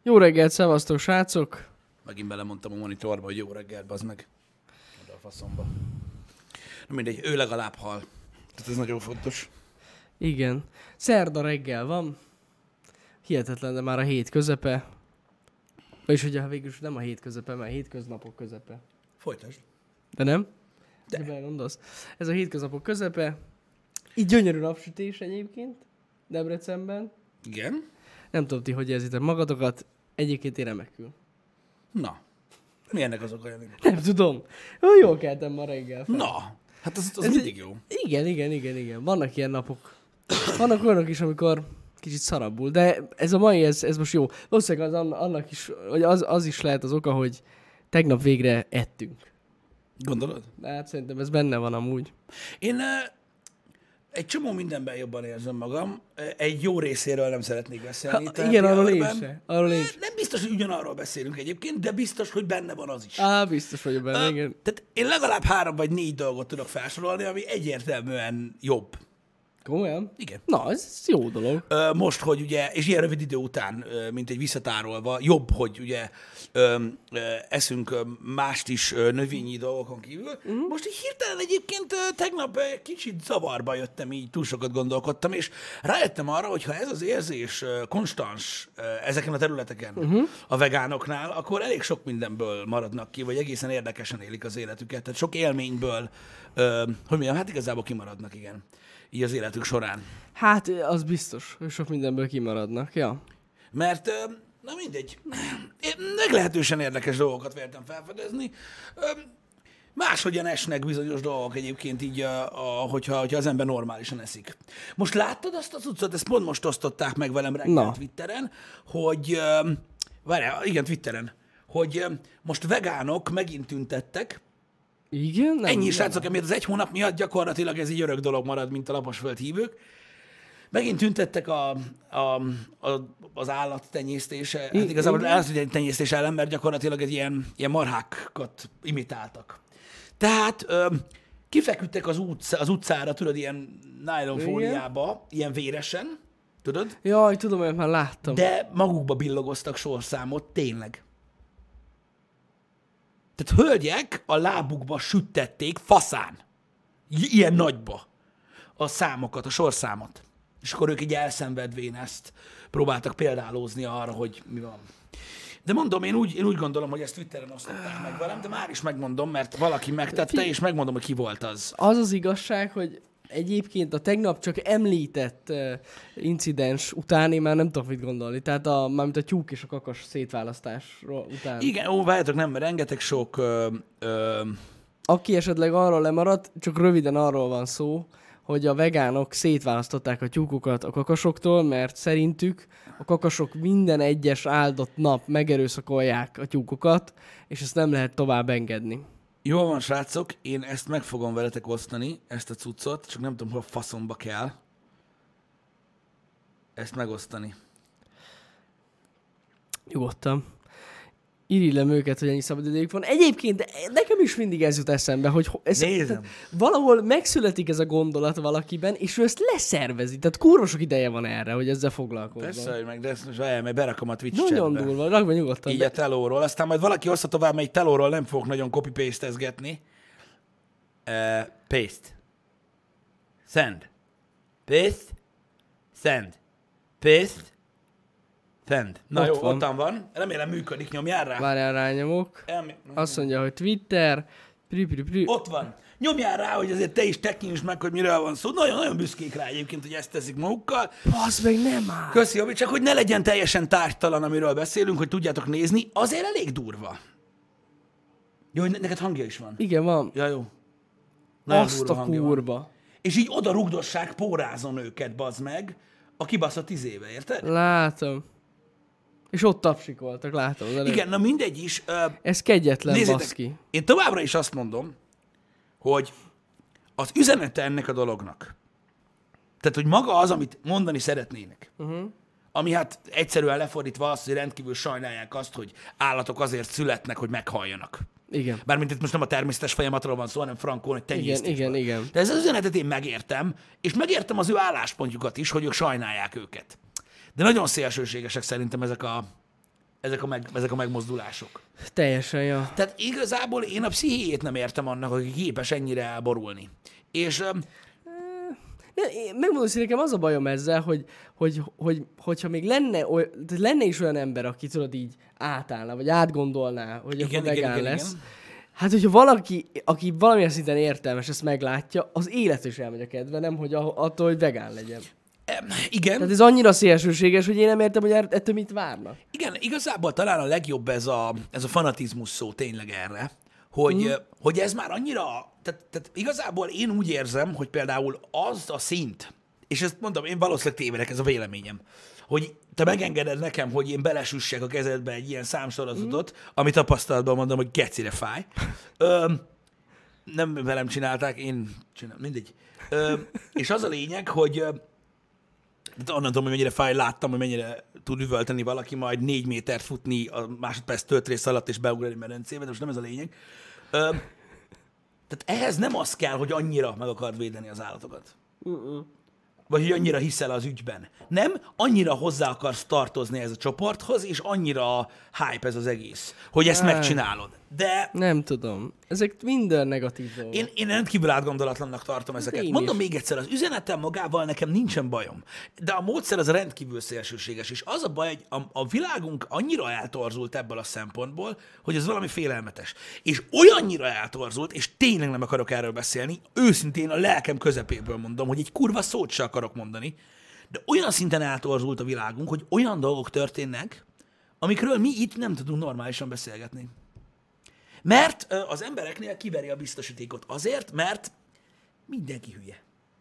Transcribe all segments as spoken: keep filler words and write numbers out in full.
Jó reggelt, szevasztok, srácok! Megint belemondtam a monitorba, hogy jó reggel, bazd meg. Oda a faszomba. Na mindegy, ő legalább hal. Tehát ez nagyon fontos. Igen. Szerda reggel van. Hihetetlen, de már a hét közepe. Vagyis ugye végülis nem a hét közepe, mert a hétköznapok közepe. Folytasd. De nem? De. De gondolsz. Ez a hétköznapok közepe. Így gyönyörű napsütés egyébként. Debrecenben. Igen. Nem tudom ti, hogy érzitek magatokat. Egyébként én remekül. Na. Mi ennek az oka, Jani? Nem tudom. Ó, jól keltem ma reggel fel. Na. Hát az, az Ez mindig egy- jó. Igen, igen, igen, igen. Vannak ilyen napok. Vannak olyanok is, amikor kicsit szarabbul, de ez a mai, ez, ez most jó. Valószínűleg az, ann- annak is, vagy az, az is lehet az oka, hogy tegnap végre ettünk. Gondolod? De hát szerintem ez benne van amúgy. Én uh, egy csomó mindenben jobban érzem magam. Uh, egy jó részéről nem szeretnék beszélni. Ha, tehát igen, arról én pillanatban. se. Arról én Uh, se. Nem biztos, hogy ugyanarról beszélünk egyébként, de biztos, hogy benne van az is. Á, biztos vagyok benne, Ö, igen. Tehát én legalább három vagy négy dolgot tudok felsorolni, ami egyértelműen jobb. Komolyan? Igen. Na, ez, ez jó dolog. Ö, most, hogy ugye, és ilyen rövid idő után, ö, mint egy visszatárolva, jobb, hogy ugye ö, ö, eszünk ö, mást is ö, növényi dolgokon kívül. Uh-huh. Most így hirtelen egyébként ö, tegnap ö, kicsit zavarba jöttem, így túl sokat gondolkodtam, és rájöttem arra, hogy ha ez az érzés ö, konstans ö, ezeken a területeken uh-huh. a vegánoknál, akkor elég sok mindenből maradnak ki, vagy egészen érdekesen élik az életüket. Tehát sok élményből, ö, hogy mondjam, hát igazából kimaradnak, igen, így az életük során. Hát, az biztos, hogy sok mindenből kimaradnak, ja. Mert, ö, na mindegy, én meglehetősen érdekes dolgokat véltem felfedezni. Ö, Máshogyan esnek bizonyos dolgok egyébként így, a, a, hogyha, hogyha az ember normálisan eszik. Most láttad azt a cuccot, ezt pont most osztották meg velem reggel Na. Twitteren, hogy, ö, várjál, igen, Twitteren, hogy ö, most vegánok megint tüntettek. Igen? Nem, Ennyi, nem. srácok, amiért az egy hónap miatt gyakorlatilag ez egy örök dolog marad, mint a laposföld hívők. Megint tüntettek a, a, a, az állattenyésztése, hát I- igazából az igen. állattenyésztés ellen, mert gyakorlatilag egy ilyen, ilyen marhákat imitáltak. Tehát ö, kifeküdtek az, utc, az utcára, tudod, ilyen nylonfóliába, ilyen véresen, tudod, Jaj, tudom, hogy már láttam. de magukba billogoztak sorszámot, tényleg. Tehát hölgyek a lábukba süttették faszán, I- ilyen nagyba a számokat, a sorszámot. És akkor ők így elszenvedvén ezt próbáltak példálózni arra, hogy mi van. De mondom, én úgy, én úgy gondolom, hogy ezt Twitteren osztották meg velem, de már is megmondom, mert valaki megtette, és megmondom, hogy ki volt az. Az az igazság, hogy egyébként a tegnap csak említett uh, incidens után én már nem tudok mit gondolni. Tehát a, mármint a tyúk és a kakas szétválasztásról után. Igen, ó, várjátok, nem, rengeteg sok... Ö, ö, Aki esetleg arról lemaradt, csak röviden arról van szó, hogy a vegánok szétválasztották a tyúkokat a kakasoktól, mert szerintük a kakasok minden egyes áldott nap megerőszakolják a tyúkokat, és ezt nem lehet tovább engedni. Jól van, srácok, én ezt meg fogom veletek osztani, ezt a cuccot, csak nem tudom, hol a faszomba kell ezt megosztani. Nyugodtan. Irigylem őket, hogy ennyi szabad idejük van. Egyébként nekem is mindig ez jut eszembe, hogy ho- ez, Nézem. tehát valahol megszületik ez a gondolat valakiben, és ő ezt leszervezi. Tehát kurva sok ideje van erre, hogy ezzel foglalkozzon. Persze, hogy meg, de ezt most várjál, mert berakom a Twitch Nagyon chatbe. durva, rakd be nyugodtan. Így De... a telóról, aztán majd valaki oszta tovább, mert egy telóról nem fogok nagyon copy-paste-ezgetni. Uh, paste. Send. Paste. Send. Paste. Send. Na Ott jó, van. ottan van. Remélem működik, nyomjál rá. Várjál, rányomok. Elmi... Azt mondja, hogy Twitter. Pri, pri, pri. Ott van. Nyomjál rá, hogy azért te is tekintsd meg, hogy miről van szó. Nagyon-nagyon büszkék rá egyébként, hogy ezt teszik magukkal. Basz meg, nem áll. Köszi, Jobi, csak hogy ne legyen teljesen tárgytalan, amiről beszélünk, hogy tudjátok nézni, azért elég durva. Jó, hogy ne- neked hangja is van. Igen, van. Ja, jó. Nagyon Azt durva a hangja van. kurba. És így oda rugdossák pórázon őket, bazd meg, a kibaszott izébe, érted? Látom. És ott tapsikoltak, látom. Az előbb. Igen, na mindegy is. Ö, Ez kegyetlen, nézzétek, baszki. én továbbra is azt mondom, hogy az üzenete ennek a dolognak, tehát, hogy maga az, amit mondani szeretnének, uh-huh. ami hát egyszerűen lefordítva az, hogy rendkívül sajnálják azt, hogy állatok azért születnek, hogy meghalljanak. Igen. Bármint itt most nem a természetes folyamatról van szó, hanem frankón, hogy Igen, tenyésztésből. igen, igen. De ez az üzenetet én megértem, és megértem az ő álláspontjukat is, hogy ők sajnálják őket. De nagyon szélsőségesek szerintem ezek a, ezek a, meg, ezek a megmozdulások. Teljesen, ja. Tehát igazából én a pszichéjét nem értem annak, aki képes ennyire elborulni. És öm, Ne, én megmondom, hogy nekem az a bajom ezzel, hogy, hogy, hogy hogyha még lenne, oly, tehát lenne is olyan ember, aki tudod így átállna, vagy átgondolná, hogy Igen, akkor igen, vegán igen, lesz. igen. Hát, hogyha valaki, aki valamilyen szinten értelmes, ezt meglátja, az élet is elmegy a kedve, nem hogy a- attól, hogy vegán legyen. em, igen, Tehát ez annyira szélsőséges, hogy én nem értem, hogy er- ettől mit várnak. igen, igazából talán a legjobb ez a, ez a fanatizmus szó tényleg erre, hogy, mm. hogy ez már annyira, tehát, tehát igazából én úgy érzem, hogy például az a szint, és ezt mondom, én valószínűleg tévedek, ez a véleményem, hogy te megengeded nekem, hogy én belesüssek a kezedbe egy ilyen számsorozatot, mm. ami tapasztalatban mondom, hogy gecire fáj. Ö, nem velem csinálták, én csinálom, mindegy. Ö, és az a lényeg, hogy ö, onnan tudom, hogy mennyire fáj, láttam, hogy mennyire tud üvölteni valaki, majd négy métert futni a másodperc töltrész alatt, és beugrani medencébe, de most nem ez a lényeg. Ö, tehát ehhez nem az kell, hogy annyira meg akard védeni az állatokat. Uh-uh. Vagy hogy annyira hiszel az ügyben. Nem, annyira hozzá akarsz tartozni ez a csoporthoz, és annyira hype ez az egész, hogy ezt Áj. megcsinálod. De Nem tudom. Ezek minden negatív dolgok. én, én rendkívül átgondolatlannak tartom ezeket. én Mondom is. még egyszer, az üzenetem magával nekem nincsen bajom. De a módszer az rendkívül szélsőséges, és az a baj, hogy a, a világunk annyira eltorzult ebből a szempontból, hogy ez valami félelmetes. És olyannyira eltorzult, és tényleg nem akarok erről beszélni, őszintén a lelkem közepéből mondom, hogy egy kurva szót se akarok mondani, de olyan szinten eltorzult a világunk, hogy olyan dolgok történnek, amikről mi itt nem tudunk normálisan beszélgetni. Mert ö, az embereknél kiveri a biztosítékot azért, mert mindenki hülye.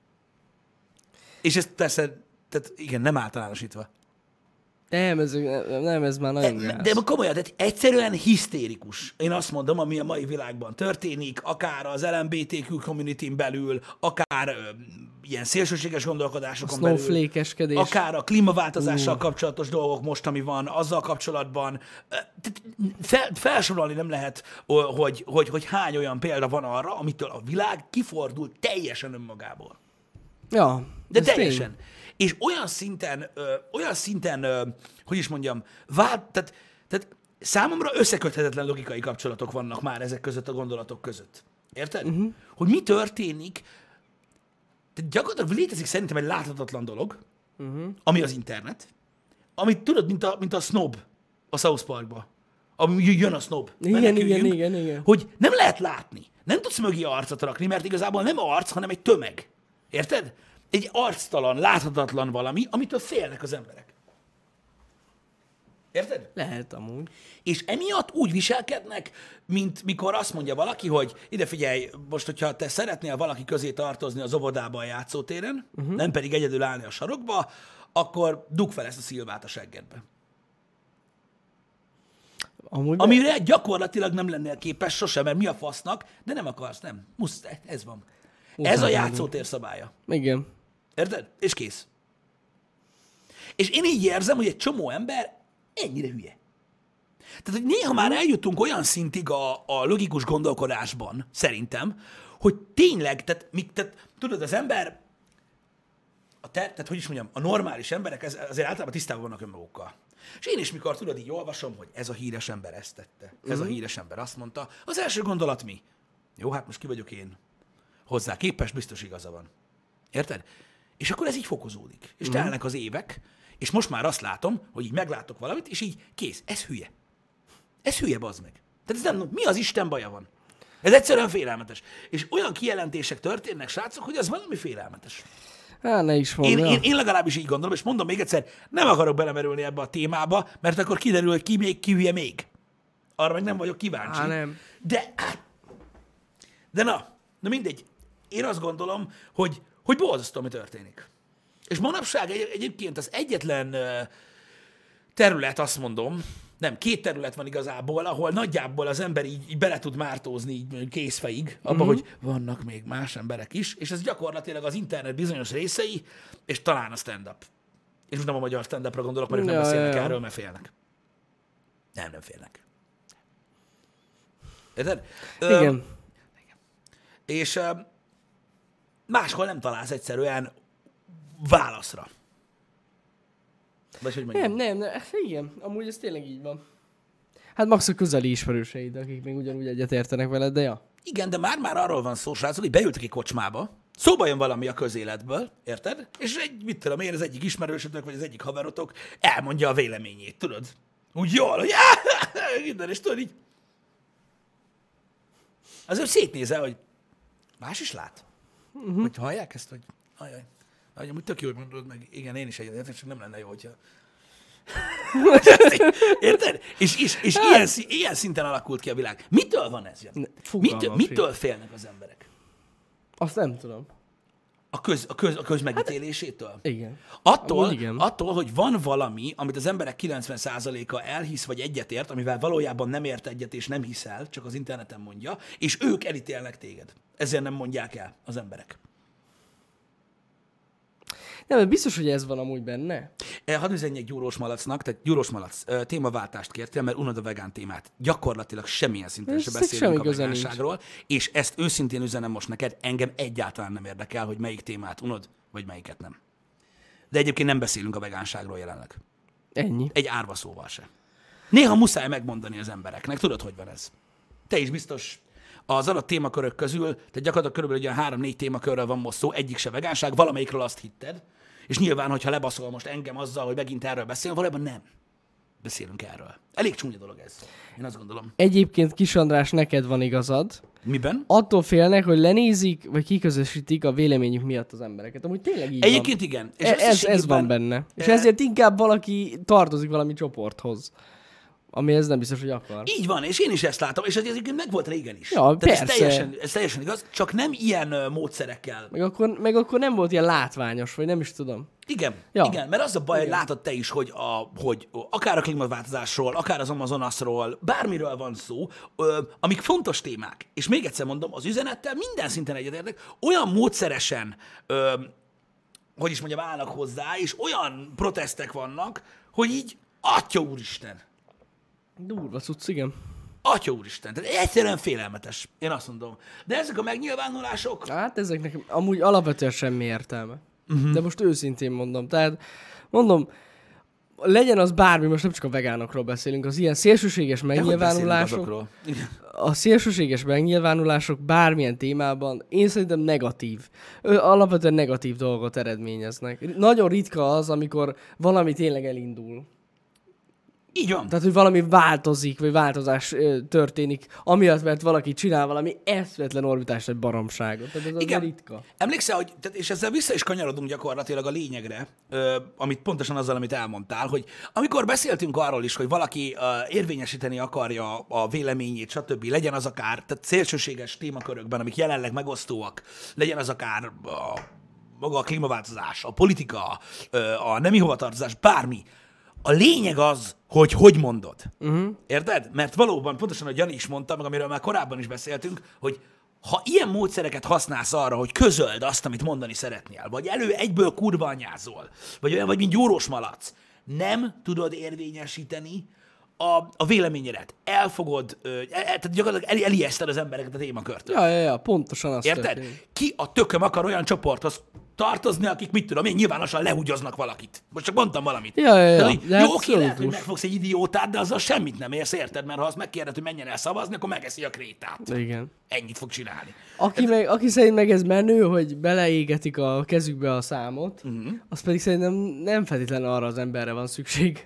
És ezt persze, tehát igen, nem általánosítva. Nem, ez, nem, ez már nagyon De, gáz. de komolyan, tehát egyszerűen hisztérikus. Én azt mondom, ami a mai világban történik, akár az el em bé té kú communityn belül, akár ö, ilyen szélsőséges gondolkodásokon belül, Snowflake-eskedés. akár a klímaváltozással uh. kapcsolatos dolgok most, ami van, azzal kapcsolatban. Tehát fel, felsorolni nem lehet, hogy, hogy, hogy hány olyan példa van arra, amitől a világ kifordult teljesen önmagából. Ja, De ez teljesen. Tény. És olyan szinten, ö, olyan szinten, ö, hogy is mondjam, vált, tehát, tehát számomra összeköthetetlen logikai kapcsolatok vannak már ezek között a gondolatok között. Érted? Uh-huh. Hogy mi történik, tehát gyakorlatilag létezik szerintem egy láthatatlan dolog, uh-huh. ami az internet, amit tudod, mint a, mint a snob a South Parkba, ami jön a snob. Igen, igen, igen, igen. Hogy nem lehet látni, nem tudsz mögé arcot rakni, mert igazából nem arc, hanem egy tömeg. Érted? Egy arctalan, láthatatlan valami, amitől félnek az emberek. Érted? Lehet amúgy. És emiatt úgy viselkednek, mint mikor azt mondja valaki, hogy ide figyelj, most, hogyha te szeretnél valaki közé tartozni az óvodába a játszótéren, uh-huh. nem pedig egyedül állni a sarokba, akkor dugd fel ezt a szilvát a seggedbe. Amúgy Amire gyakorlatilag nem lennél képes sosem, mert mi a fasznak, de nem akarsz, nem. Musz, ez van. Ez a játszótér szabálya. Igen. Érted? És kész. És én így érzem, hogy egy csomó ember ennyire hülye. Tehát, hogy néha már eljutunk olyan szintig a, a logikus gondolkodásban, szerintem, hogy tényleg, tehát, mi, tehát tudod, az ember, a te, tehát hogy is mondjam, a normális emberek ez, azért általában tisztában vannak önmagukkal. És én is, mikor tudod, így olvasom, hogy ez a híres ember ezt tette, ez uh-huh. a híres ember azt mondta, az első gondolat mi? Jó, hát most ki vagyok én? Hozzá képes, biztos igaza van. Érted? És akkor ez így fokozódik. És telnek uh-huh. az évek, és most már azt látom, hogy így meglátok valamit, és így kész, ez hülye. Ez hülye, bazd meg. Tehát ez nem, mi az Isten baja van? Ez egyszerűen félelmetes. És olyan kijelentések történnek, srácok, hogy ez valami félelmetes. Hát ne is mondja. Én, én, én legalábbis így gondolom, és mondom még egyszer, nem akarok belemerülni ebbe a témába, mert akkor kiderül, hogy ki még, ki hülye még. Arra meg nem vagyok kíváncsi. Há, nem. De, de na, na mindegy. Én azt gondolom, hogy, hogy borzasztó, mi történik. És manapság egy, egyébként az egyetlen terület, azt mondom, nem, két terület van igazából, ahol nagyjából az ember így, így bele tud mártózni így készfejig, abba, uh-huh. hogy vannak még más emberek is, és ez gyakorlatilag az internet bizonyos részei, és talán a stand-up. És most nem a magyar stand-upra gondolok, mert ők nem ja, beszélnek ja, ja. erről, mert félnek. Nem, nem félnek. Érted? Igen. Ö, és ö, máshol nem találsz egyszerűen válaszra. Vagy hogy mondjam? Nem, nem, nem, igen, amúgy ez tényleg így van. Hát max a közeli ismerőseid, akik még ugyanúgy egyetértenek veled, de ja. Igen, de már-már arról van szó, srácok, hogy beültek egy kocsmába, szóba jön valami a közéletből, érted? És egy, mit tudom én, az egyik ismerősötök, vagy az egyik haverotok elmondja a véleményét, tudod? Úgy jól, hogy minden, és tudod így. Azért szétnézel, hogy más is lát. Uh-huh. Hogy hallják ezt, hogy ajaj, ajaj, amúgy tök jó, hogy mondod meg, igen, én is egyetértek, csak nem lenne jó, hogyha... Érted? És, és, és ilyen, ilyen szinten alakult ki a világ. Mitől van ez? Mitől, mitől félnek az emberek? Azt nem tudom. A, köz, a, köz, a közmegítélésétől? Hát, igen. Attól, igen. attól, hogy van valami, amit az emberek kilencven százaléka elhisz vagy egyetért, amivel valójában nem ért egyet és nem hiszel, csak az interneten mondja, és ők elítélnek téged. Ezért nem mondják el az emberek. Nem, mert biztos, hogy ez van amúgy benne. Hadd üzenjek egy gyúrós malacnak, tehát gyúrós malac, témaváltást kértél, mert unod a vegán témát. Gyakorlatilag semmilyen szinten se beszélünk a vegánságról, és ezt őszintén üzenem most neked, engem egyáltalán nem érdekel, hogy melyik témát unod, vagy melyiket nem. De egyébként nem beszélünk a vegánságról jelenleg. Ennyi. Egy árva szóval se. Néha muszáj megmondani az embereknek, tudod, hogy van ez. Te is biztos az adott témakörök közül, tehát gyakorlatilag körülbelül olyan három-négy témakörről van most szó, egyik se vegánság, valamelyikről azt hitted, és nyilván, hogyha lebaszol most engem azzal, hogy megint erről beszélünk, valójában nem. Beszélünk erről. Elég csúnya dolog ez. Én azt gondolom. Egyébként, Kis András, neked van igazad. Miben? Attól félnek, hogy lenézik, vagy kiközösítik a véleményük miatt az embereket. Amúgy tényleg így Egyébként van. igen. És ez, ez van benne. E... És ezért inkább valaki tartozik valami csoporthoz. Ami ez nem biztos, hogy akar. Így van, és én is ezt látom, és ez egyébként meg volt régen is. Ja, Tehát ez persze. teljesen, ez teljesen igaz, csak nem ilyen uh, módszerekkel. Meg akkor, meg akkor nem volt ilyen látványos, vagy nem is tudom. Igen, ja. igen, mert az a baj, igen. hogy látod te is, hogy, a, hogy akár a klímaváltozásról, akár az Amazonasról, bármiről van szó, ö, amik fontos témák. És még egyszer mondom, az üzenettel minden szinten egyetértek, olyan módszeresen, ö, hogy is mondjam, állnak hozzá, és olyan protestek vannak, hogy így, atya úristen. Durva cucc, igen. Atya úristen, tehát egyszerűen félelmetes, én azt mondom. De ezek a megnyilvánulások... Hát ezeknek amúgy alapvetően semmi értelme. Uh-huh. De most őszintén mondom, tehát mondom, legyen az bármi, most nem csak a vegánokról beszélünk, az ilyen szélsőséges megnyilvánulások, a szélsőséges megnyilvánulások bármilyen témában én szerintem negatív, alapvetően negatív dolgot eredményeznek. Nagyon ritka az, amikor valami tényleg elindul. Így van. Tehát, hogy valami változik, vagy változás ö, történik, amiatt, mert valaki csinál valami eszvetlen orbitást, vagy baromságot. Tehát ez igen. Az ritka. Emlékszel, hogy, tehát, és ezzel vissza is kanyarodunk gyakorlatilag a lényegre, ö, amit pontosan azzal, amit elmondtál, hogy amikor beszéltünk arról is, hogy valaki ö, érvényesíteni akarja a véleményét, stb., legyen az akár, tehát szélsőséges témakörökben, amik jelenleg megosztóak, legyen az akár a, maga a klímaváltozás, a politika, ö, a nemi hovatartozás, bármi. A lényeg az, hogy hogy mondod. Uh-huh. Érted? Mert valóban, pontosan, ahogy Jani is mondta, meg amiről már korábban is beszéltünk, hogy ha ilyen módszereket használsz arra, hogy közöld azt, amit mondani szeretnél, vagy elő egyből kurva anyázol, vagy olyan vagy, mint gyúrós malac, nem tudod érvényesíteni a, a véleményedet. Elfogod, ö, el, tehát gyakorlatilag el, elijeszted az embereket a témakörtől. Ja, ja, ja, pontosan azt Érted? történik. Ki a tököm akar olyan csoporthoz tartozni, akik mit tudom én, nyilvánosan lehúgyoznak valakit. Most csak mondtam valamit. Ja, ja, ja. De, hogy, De jó, hát oké, lehet, hogy szolutus. megfogsz egy idiótát, de azzal semmit nem érsz, érted? Mert ha azt megkérded, hogy menjen el szavazni, akkor megeszi a krétát. Igen. Ennyit fog csinálni. Aki, meg, aki szerint meg ez menő, hogy beleégetik a kezükbe a számot, uh-huh. az pedig szerintem nem feltétlenül arra az emberre van szükség.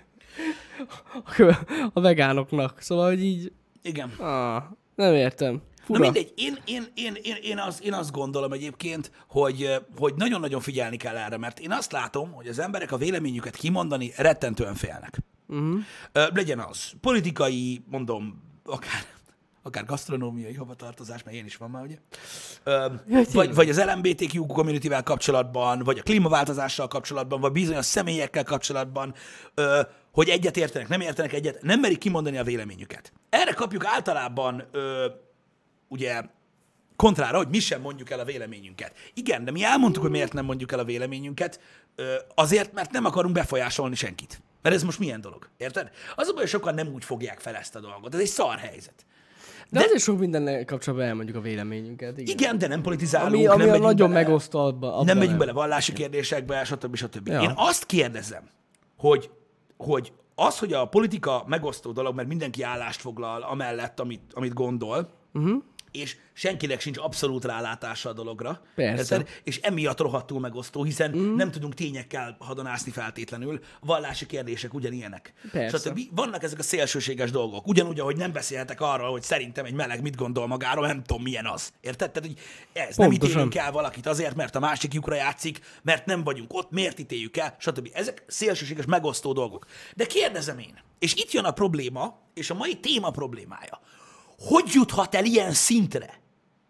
A vegánoknak. Szóval, hogy így... Igen. Ah, nem értem. Fura. Na mindegy, én, én, én, én, én, azt, én azt gondolom egyébként, hogy, hogy nagyon-nagyon figyelni kell erre, mert én azt látom, hogy az emberek a véleményüket kimondani rettentően félnek. Uh-huh. Legyen az politikai, mondom, akár, akár gasztronómiai hovatartozás, mert én is van már, ugye? Vagy, vagy az el em bé té kú community-vel kapcsolatban, vagy a klímaváltozással kapcsolatban, vagy bizonyos személyekkel kapcsolatban, hogy egyet értenek, nem értenek egyet, nem merik kimondani a véleményüket. Erre kapjuk általában ugye kontrára, hogy mi sem mondjuk el a véleményünket. Igen, de mi elmondtuk, hogy miért nem mondjuk el a véleményünket, azért, mert nem akarunk befolyásolni senkit. Mert ez most milyen dolog, érted? Az a baj, hogy sokan nem úgy fogják fel ezt a dolgot. Ez egy szar helyzet. De, de azért sok mindennel kapcsolatban elmondjuk a véleményünket. Igen, igen, de nem politizálunk, ami, ami nem megyünk nagyon bele, megosztó abba, abba nem megyünk nem. bele vallási kérdésekbe, stb. stb. Ja. Én azt kérdezem, hogy, hogy az, hogy a politika megosztó dolog, mert mindenki állást foglal amellett, amit, amit gondol, uh-huh. és senkinek sincs abszolút rálátása a dologra. Persze. Érted? És emiatt rohadtul megosztó, hiszen mm. nem tudunk tényekkel hadonászni feltétlenül. A vallási kérdések ugyanilyenek. Persze. Stb. Vannak ezek a szélsőséges dolgok. Ugyanúgy, ahogy nem beszélhetek arról, hogy szerintem egy meleg mit gondol magáról, nem tudom, milyen az. Érted? Tehát, hogy ez Pontosan. Nem ítélünk el valakit azért, mert a másik lyukra játszik, mert nem vagyunk ott, miért ítéljük el, stb. Ezek szélsőséges, megosztó dolgok. De kérdezem én, és itt jön a probléma, és a mai téma problémája. Hogy juthat el ilyen szintre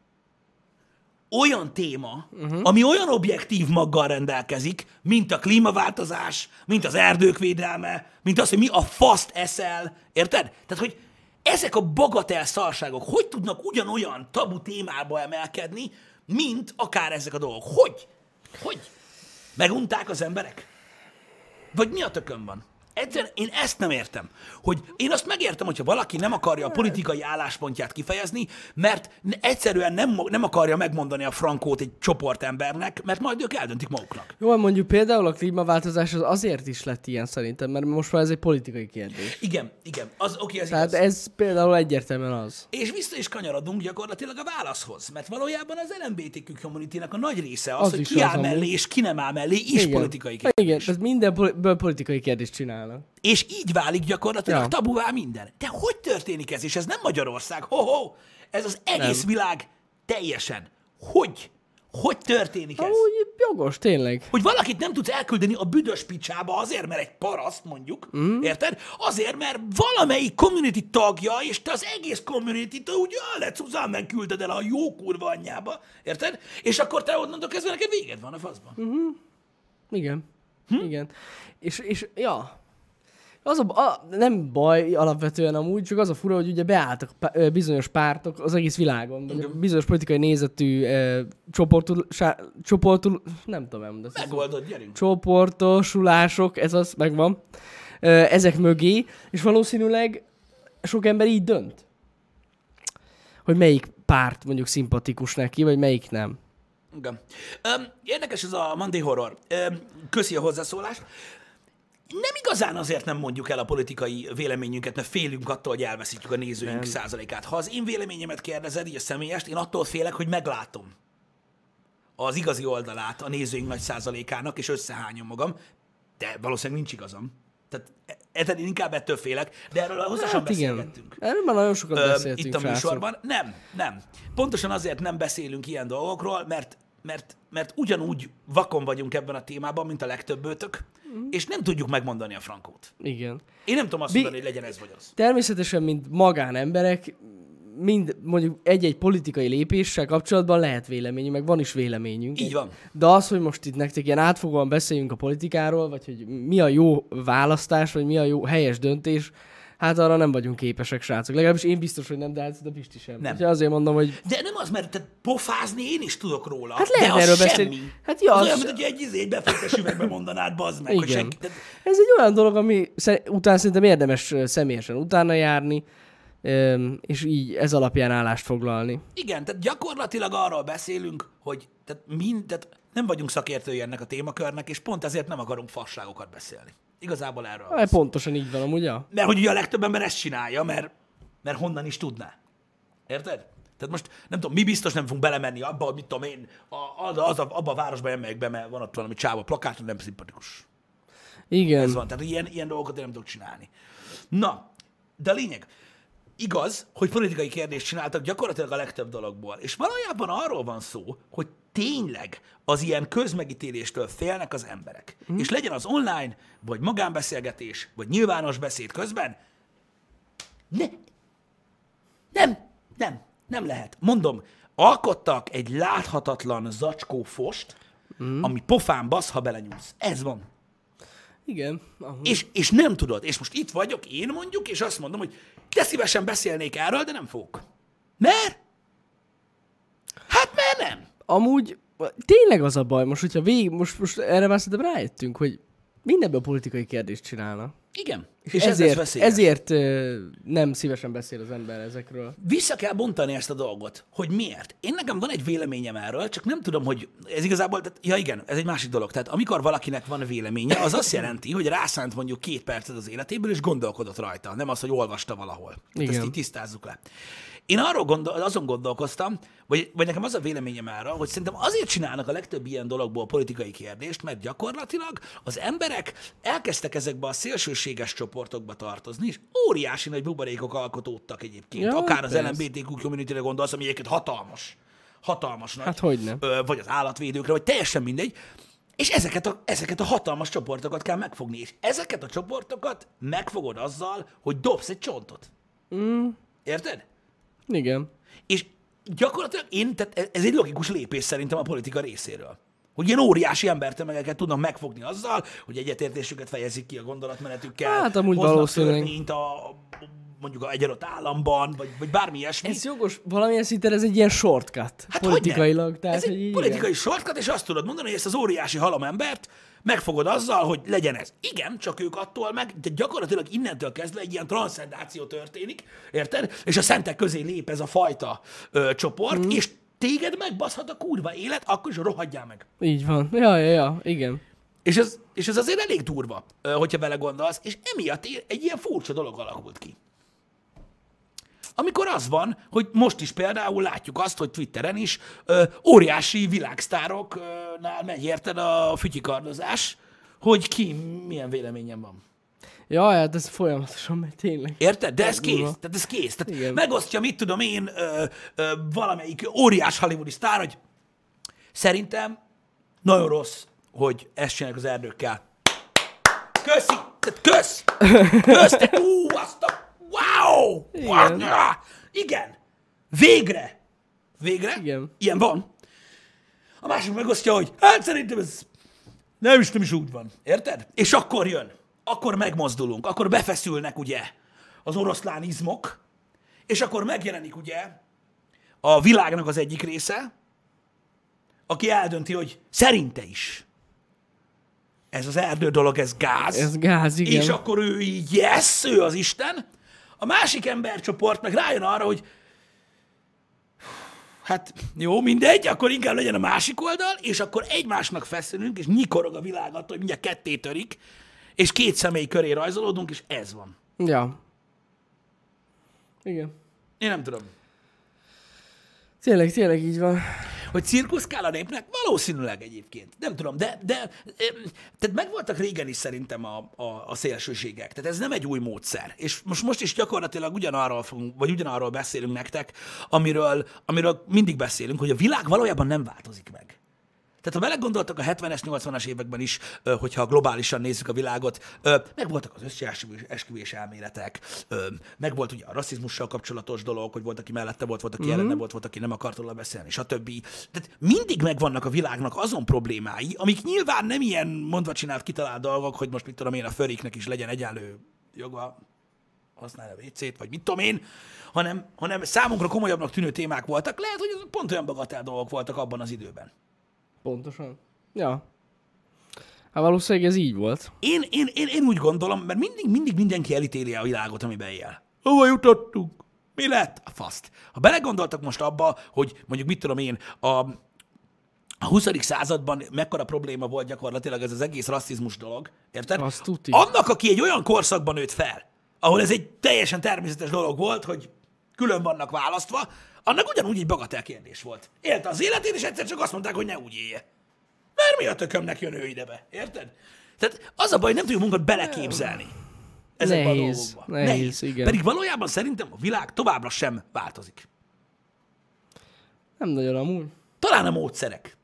olyan téma, uh-huh. ami olyan objektív maggal rendelkezik, mint a klímaváltozás, mint az erdők védelme, mint az, hogy mi a faszt eszel, érted? Tehát, hogy ezek a bagatel szarságok hogy tudnak ugyanolyan tabu témába emelkedni, mint akár ezek a dolgok? Hogy? Hogy? Megunták az emberek? Vagy mi a tökön van? Egyszerűen én ezt nem értem, hogy én azt megértem, hogyha valaki nem akarja a politikai álláspontját kifejezni, mert egyszerűen nem, nem akarja megmondani a frankót egy csoportembernek, mert majd ők eldöntik maguknak. Jó, mondjuk például a klímaváltozás az azért is lett ilyen szerintem, mert most már ez egy politikai kérdés. Igen, igen, az oké, okay, ez Tehát igaz. ez például egyértelműen az. És vissza is kanyarodunk gyakorlatilag a válaszhoz, mert valójában az el em bé té kú community-nek a nagy része az, az hogy ki áll mellé és ki nem áll mellé is igen. politikai kérdés. Igen, tehát mindenből politikai kérdést csinálnak. És így válik gyakorlatilag ja. tabuvá minden. De hogy történik ez? És ez nem Magyarország. Ho-ho! Ez az egész nem. világ teljesen. Hogy? Hogy történik ez? Úgy jogos, tényleg. Hogy valakit nem tudsz elküldeni a büdös picsába azért, mert egy paraszt mondjuk, mm. érted? Azért, mert valamelyik community tagja, és te az egész community-t úgy Alecuzámen küldted el a jó kurva anyjába, érted? És akkor te onnantól kezdve neked véged van a faszban. Mm-hmm. Igen. Hm? Igen. És, és ja... Az a, a, nem baj alapvetően amúgy, csak az a fura, hogy ugye beálltak pá, bizonyos pártok az egész világon, vagy bizonyos politikai nézetű e, csoportul, sá, csoportul, nem tudom elmondani. Megoldod, gyerünk. Csoportosulások, ez az, megvan, e, ezek mögé, és valószínűleg sok ember így dönt, hogy melyik párt mondjuk szimpatikus neki, vagy melyik nem. Igen. Um, érdekes ez a Monday Horror. Um, köszi a hozzászólást. Nem igazán azért nem mondjuk el a politikai véleményünket, mert félünk attól, hogy elveszítjük a nézőink nem. százalékát. Ha az én véleményemet kérdezed, így a személyest, én attól félek, hogy meglátom az igazi oldalát a nézőink nagy százalékának, és összehányom magam, de valószínűleg nincs igazam. Tehát e- inkább ettől félek, de erről hosszasan hát beszélgettünk. Erről már nagyon sokat beszéltünk. Itt a műsorban. Nem, nem. Pontosan azért nem beszélünk ilyen dolgokról, mert Mert, mert ugyanúgy vakon vagyunk ebben a témában, mint a legtöbbőtök, mm. és nem tudjuk megmondani a frankót. Igen. Én nem tudom azt Bi- mondani, hogy legyen ez vagy az. Természetesen, mint magánemberek, mind mondjuk egy-egy politikai lépéssel kapcsolatban lehet véleményünk, meg van is véleményünk. Így van. De az, hogy most itt nektek ilyen átfogóan beszéljünk a politikáról, vagy hogy mi a jó választás, vagy mi a jó helyes döntés, hát arra nem vagyunk képesek, srácok. Legalábbis én biztos, hogy nem, de hát a Pisti sem. Nem. Úgyhogy azért mondom, hogy... De nem az, mert te pofázni én is tudok róla. Hát lehet de erről az beszélni. Semmi. Hát ja, az, az... olyan, mint hogy egy izé, egy befektes üvegbe mondanád, bazd meg, hogy senki... De... Ez egy olyan dolog, ami után szerintem érdemes személyesen utána járni, és így ez alapján állást foglalni. Igen, tehát gyakorlatilag arról beszélünk, hogy tehát mind, tehát nem vagyunk szakértői ennek a témakörnek, és pont ezért nem akarunk fasságokat beszélni. Igazából erről hát pontosan így van, amúgy, ja. Mert hogy ugye a legtöbb ember ezt csinálja, mert, mert honnan is tudná. Érted? Tehát most nem tudom, mi biztos nem fogunk belemenni abba, hogy mit tudom én, a, az, az, abba a városba nem megyek be, mert van ott valami csáva plakáton, nem szimpatikus. Igen. Ez van, tehát ilyen, ilyen dolgokat én nem tudok csinálni. Na, de a lényeg, igaz, hogy politikai kérdést csináltak gyakorlatilag a legtöbb dologból, és valójában arról van szó, hogy tényleg az ilyen közmegítéléstől félnek az emberek. Mm. És legyen az online, vagy magánbeszélgetés, vagy nyilvános beszéd közben, ne, nem, nem, nem lehet. Mondom, alkottak egy láthatatlan zacskófost, mm. ami pofán basz, ha belenyúlsz. Ez van. Igen. És, és nem tudod. És most itt vagyok én mondjuk, és azt mondom, hogy de szívesen beszélnék erről, de nem fogok. Mert? Hát mert nem. Amúgy tényleg az a baj most, hogyha végig, most, most erre már szerintem rájöttünk, hogy Mindenből politikai kérdést csinálnak. Igen. És, És és ez ezért, lesz veszélyes. ezért ö, nem szívesen beszél az ember ezekről. Vissza kell bontani ezt a dolgot, hogy miért. Én nekem van egy véleményem erről, csak nem tudom, hogy ez igazából, tehát, ja igen, ez egy másik dolog. Tehát amikor valakinek van véleménye, az azt jelenti, hogy rászánt mondjuk két percet az életéből, és gondolkodott rajta, nem az, hogy olvasta valahol. Tehát Igen. ezt így tisztázzuk le. Én arról gondol, azon gondolkoztam, vagy, vagy nekem az a véleményem erről, hogy szerintem azért csinálnak a legtöbb ilyen dologból politikai kérdést, mert gyakorlatilag az emberek elkezdtek ezekbe a szélsőséges csoportokba tartozni, és óriási nagy buborékok alkotódtak egyébként. Ja, Akár az persze. el em bé té kú community-re gondolsz, ami egyébként hatalmas. Hatalmas nagy. Hát hogyne. Ö, vagy az állatvédőkre, vagy teljesen mindegy. És ezeket a, ezeket a hatalmas csoportokat kell megfogni. És ezeket a csoportokat megfogod azzal, hogy dobsz egy csontot. Mm, Érted? igen. És gyakorlatilag én, tehát ez egy logikus lépés szerintem a politika részéről. Hogy ilyen óriási embertömegeket tudnak megfogni azzal, hogy egyetértésüket fejezik ki a gondolatmenetükkel. Hát amúgy hoznak valószínűleg. törvényt a, mondjuk a egy adott államban, vagy, vagy bármi ilyesmi. Ez jogos, valamilyen szinten ez egy ilyen shortcut Hát politikailag. hogyne? Tehát, Ez hogy egy így politikai shortcut, és azt tudod mondani, hogy ezt az óriási halomembert megfogod azzal, hogy legyen ez. Igen, csak ők attól meg, de gyakorlatilag innentől kezdve egy ilyen transzendáció történik, érted? És a szentek közé lép ez a fajta ö, csoport, mm. és téged megbaszhat a kurva élet, akkor is rohadjál meg. Így van. Ja, ja, ja, igen. És ez, és ez azért elég durva, ö, hogyha vele gondolsz, és emiatt egy ilyen furcsa dolog alakult ki. Amikor az van, hogy most is például látjuk azt, hogy Twitteren is ö, óriási világsztároknál megy érted a fütyikardozás, hogy ki milyen véleményem van. Ja, hát ez folyamatosan megy, tényleg. Érted? De ez Ez kész. durva. Tehát ez kész. Tehát Igen. megosztja, mit tudom én, ö, ö, valamelyik óriás hollywoodi sztár, hogy szerintem nagyon rossz, hogy ezt csinálják az erdőkkel. Köszi! Tehát kösz! Kösz! Te, ú, azt a... Wow! Igen. Igen. Végre! Végre? Igen. Ilyen van. A másik megosztja, hogy hát szerintem ez nem is, nem is úgy van. Érted? És akkor jön. Akkor megmozdulunk. Akkor befeszülnek ugye az oroszlánizmok, és akkor megjelenik ugye a világnak az egyik része, aki eldönti, hogy szerinte is ez az erdő dolog, ez gáz. Ez gáz, igen. És akkor ő így, yes, ő az Isten. A másik embercsoport meg rájön arra, hogy hát jó, mindegy, akkor inkább legyen a másik oldal, és akkor egymásnak feszülünk, és nyikorog a világ attól, hogy mindjárt ketté törik, és két személy köré rajzolódunk, és ez van. Ja. Igen. Én nem tudom. Tényleg, tényleg így van. Hogy cirkuszkál a népnek? Valószínűleg egyébként. Nem tudom, de, de em, tehát megvoltak régen is szerintem a, a, a szélsőségek. Tehát ez nem egy új módszer. És most, most is gyakorlatilag ugyanarról fogunk, vagy ugyanarról beszélünk nektek, amiről, amiről mindig beszélünk, hogy a világ valójában nem változik meg. Tehát ha belegondoltak a hetvenes, nyolcvanas években is, ö, hogyha globálisan nézzük a világot, ö, megvoltak az összeesküvés elméletek, ö, megvolt ugye a rasszizmussal kapcsolatos dolog, hogy volt, aki mellette volt, volt, aki mm-hmm. ellene volt, volt, aki nem akart róla beszélni, stb. Tehát mindig megvannak a világnak azon problémái, amik nyilván nem ilyen mondva csinált, kitalált dolgok, hogy most mit tudom én, a föriknek is legyen egyenlő joga használni a vécét, vagy mit tudom én, hanem, hanem számunkra komolyabbnak tűnő témák voltak. Lehet, hogy azok pont olyan bagatell dolgok voltak abban az időben. Pontosan. Ja. Hát valószínűleg ez így volt. Én, én, én, én úgy gondolom, mert mindig, mindig mindenki elítéli a világot, amiben él. Hova jutottunk? Mi lett? A faszt. Ha belegondoltak most abba, hogy mondjuk mit tudom én, a, a huszadik században mekkora probléma volt gyakorlatilag ez az egész rasszizmus dolog, érted? Azt tuti. Annak, aki egy olyan korszakban nőtt fel, ahol ez egy teljesen természetes dolog volt, hogy külön vannak választva, annak ugyanúgy egy bagatell kérdés volt. Élte az életét, és egyszer csak azt mondták, hogy ne úgy élje. Mert mi a tökömnek jön ő idebe, érted? Tehát az a baj, hogy nem tudjuk magunkat beleképzelni ezekben Nehéz, a dolgokban. nehéz, igen. Pedig valójában szerintem a világ továbbra sem változik. Nem nagyon amúgy. Talán a módszerek.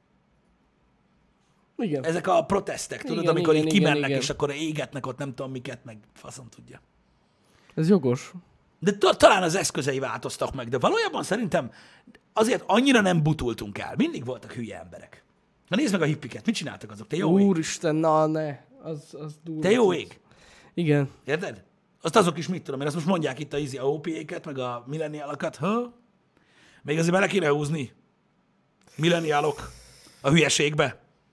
Igen. Ezek a protestek, tudod, Igen, amikor igen, így igen, kimennek, igen. és akkor égetnek ott nem tudom miket, meg faszom tudja. Ez jogos. De ta- talán az eszközei változtak meg, de valójában szerintem azért annyira nem butultunk el. Mindig voltak hülye emberek. Na nézd meg a hippiket, mit csináltak azok? Te jó ég. Úristen, na ne. Az, az durva. Te jó ég. Igen. Érted? Azt azok is mit tudom, én azt most mondják itt a izi á o pé-éket, meg a milleniálokat, ha? Még azért bele kéne húzni. Milleniálok a hülyeségbe.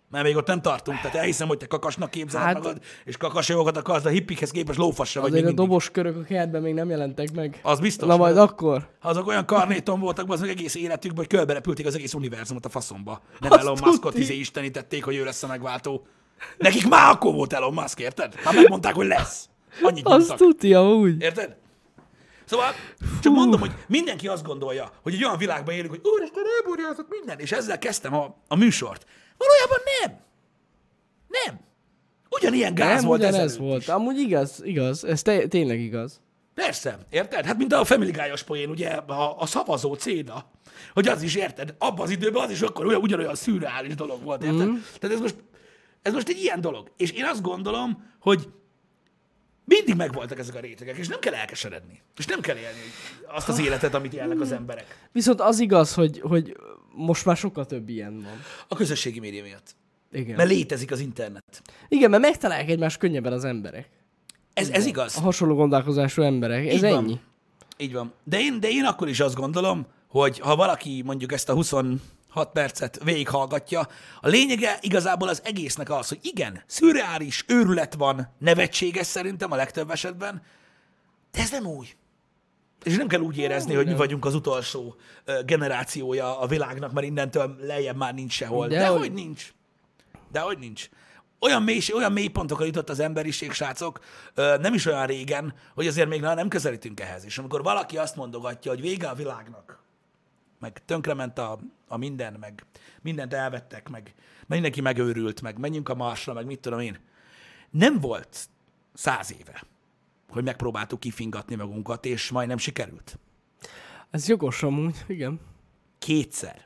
Mert még ott nem tartunk, tehát elhiszem, hogy te kakasnak képzeled Hát- magad, és kakasjogokat akarsz, de a hippikhez képest lófassa vagy még Azért a mindig. dobos körök a kertben még nem jelentek meg. Az biztos. Na majd mert akkor. azok olyan karnéton voltak, az meg egész életükben, hogy körbe repülték az egész univerzumot a faszomba. Nem Azt Elon Muskot tudti. izé istenítették, hogy ő lesz a megváltó. Nekik már akkor volt Elon Musk, érted? Ha megmondták, hogy lesz. Annyit Azt mondtak. tudja amúgy. Érted? Szóval csak mondom, hogy mindenki azt gondolja, hogy egy olyan világban élünk, hogy úristen, elburjázott minden, és ezzel kezdtem a, a műsort. Valójában nem. Nem. Ugyanilyen gáz Nem, volt ugyanez ezelőtt volt. is. Amúgy igaz, igaz. Ez te- tényleg igaz. Persze, érted? Hát mint a Family Guy-os poén, ugye, a, a szavazó céna, hogy az is, érted? Abban az időben az is akkor olyan, ugyanolyan szürreális dolog volt, érted? Mm. Tehát ez most, ez most egy ilyen dolog. És én azt gondolom, hogy mindig megvoltak ezek a rétegek, és nem kell elkeseredni. És nem kell élni azt az életet, amit élnek az emberek. Viszont az igaz, hogy, hogy most már sokkal több ilyen van. A közösségi média miatt. Igen. Mert létezik az internet. Igen, mert megtalálják egymást könnyebben az emberek. Ez, ez igaz. A hasonló gondolkozású emberek. Ez Így van. ennyi. Így van. De én, de én akkor is azt gondolom, hogy ha valaki mondjuk ezt a huszonhat percet végighallgatja, a lényege igazából az egésznek az, hogy igen, szürreális, őrület van, nevetséges szerintem a legtöbb esetben, de ez nem úgy. És nem kell úgy érezni, hogy mi vagyunk az utolsó ö, generációja a világnak, mert innentől lejjebb már nincs sehol. De De hogy- hogy nincs. De hogy nincs. Olyan, mély, olyan mély pontokra jutott az emberiség, srácok, ö, nem is olyan régen, hogy azért még na, nem közelítünk ehhez. És amikor valaki azt mondogatja, hogy vége a világnak, meg tönkrement a, a minden, meg mindent elvettek, meg mindenki megőrült, meg menjünk a Marsra, meg mit tudom én. Nem volt száz éve, hogy megpróbáltuk kifingatni magunkat, és majdnem sikerült. Ez jogos amúgy, igen. Kétszer.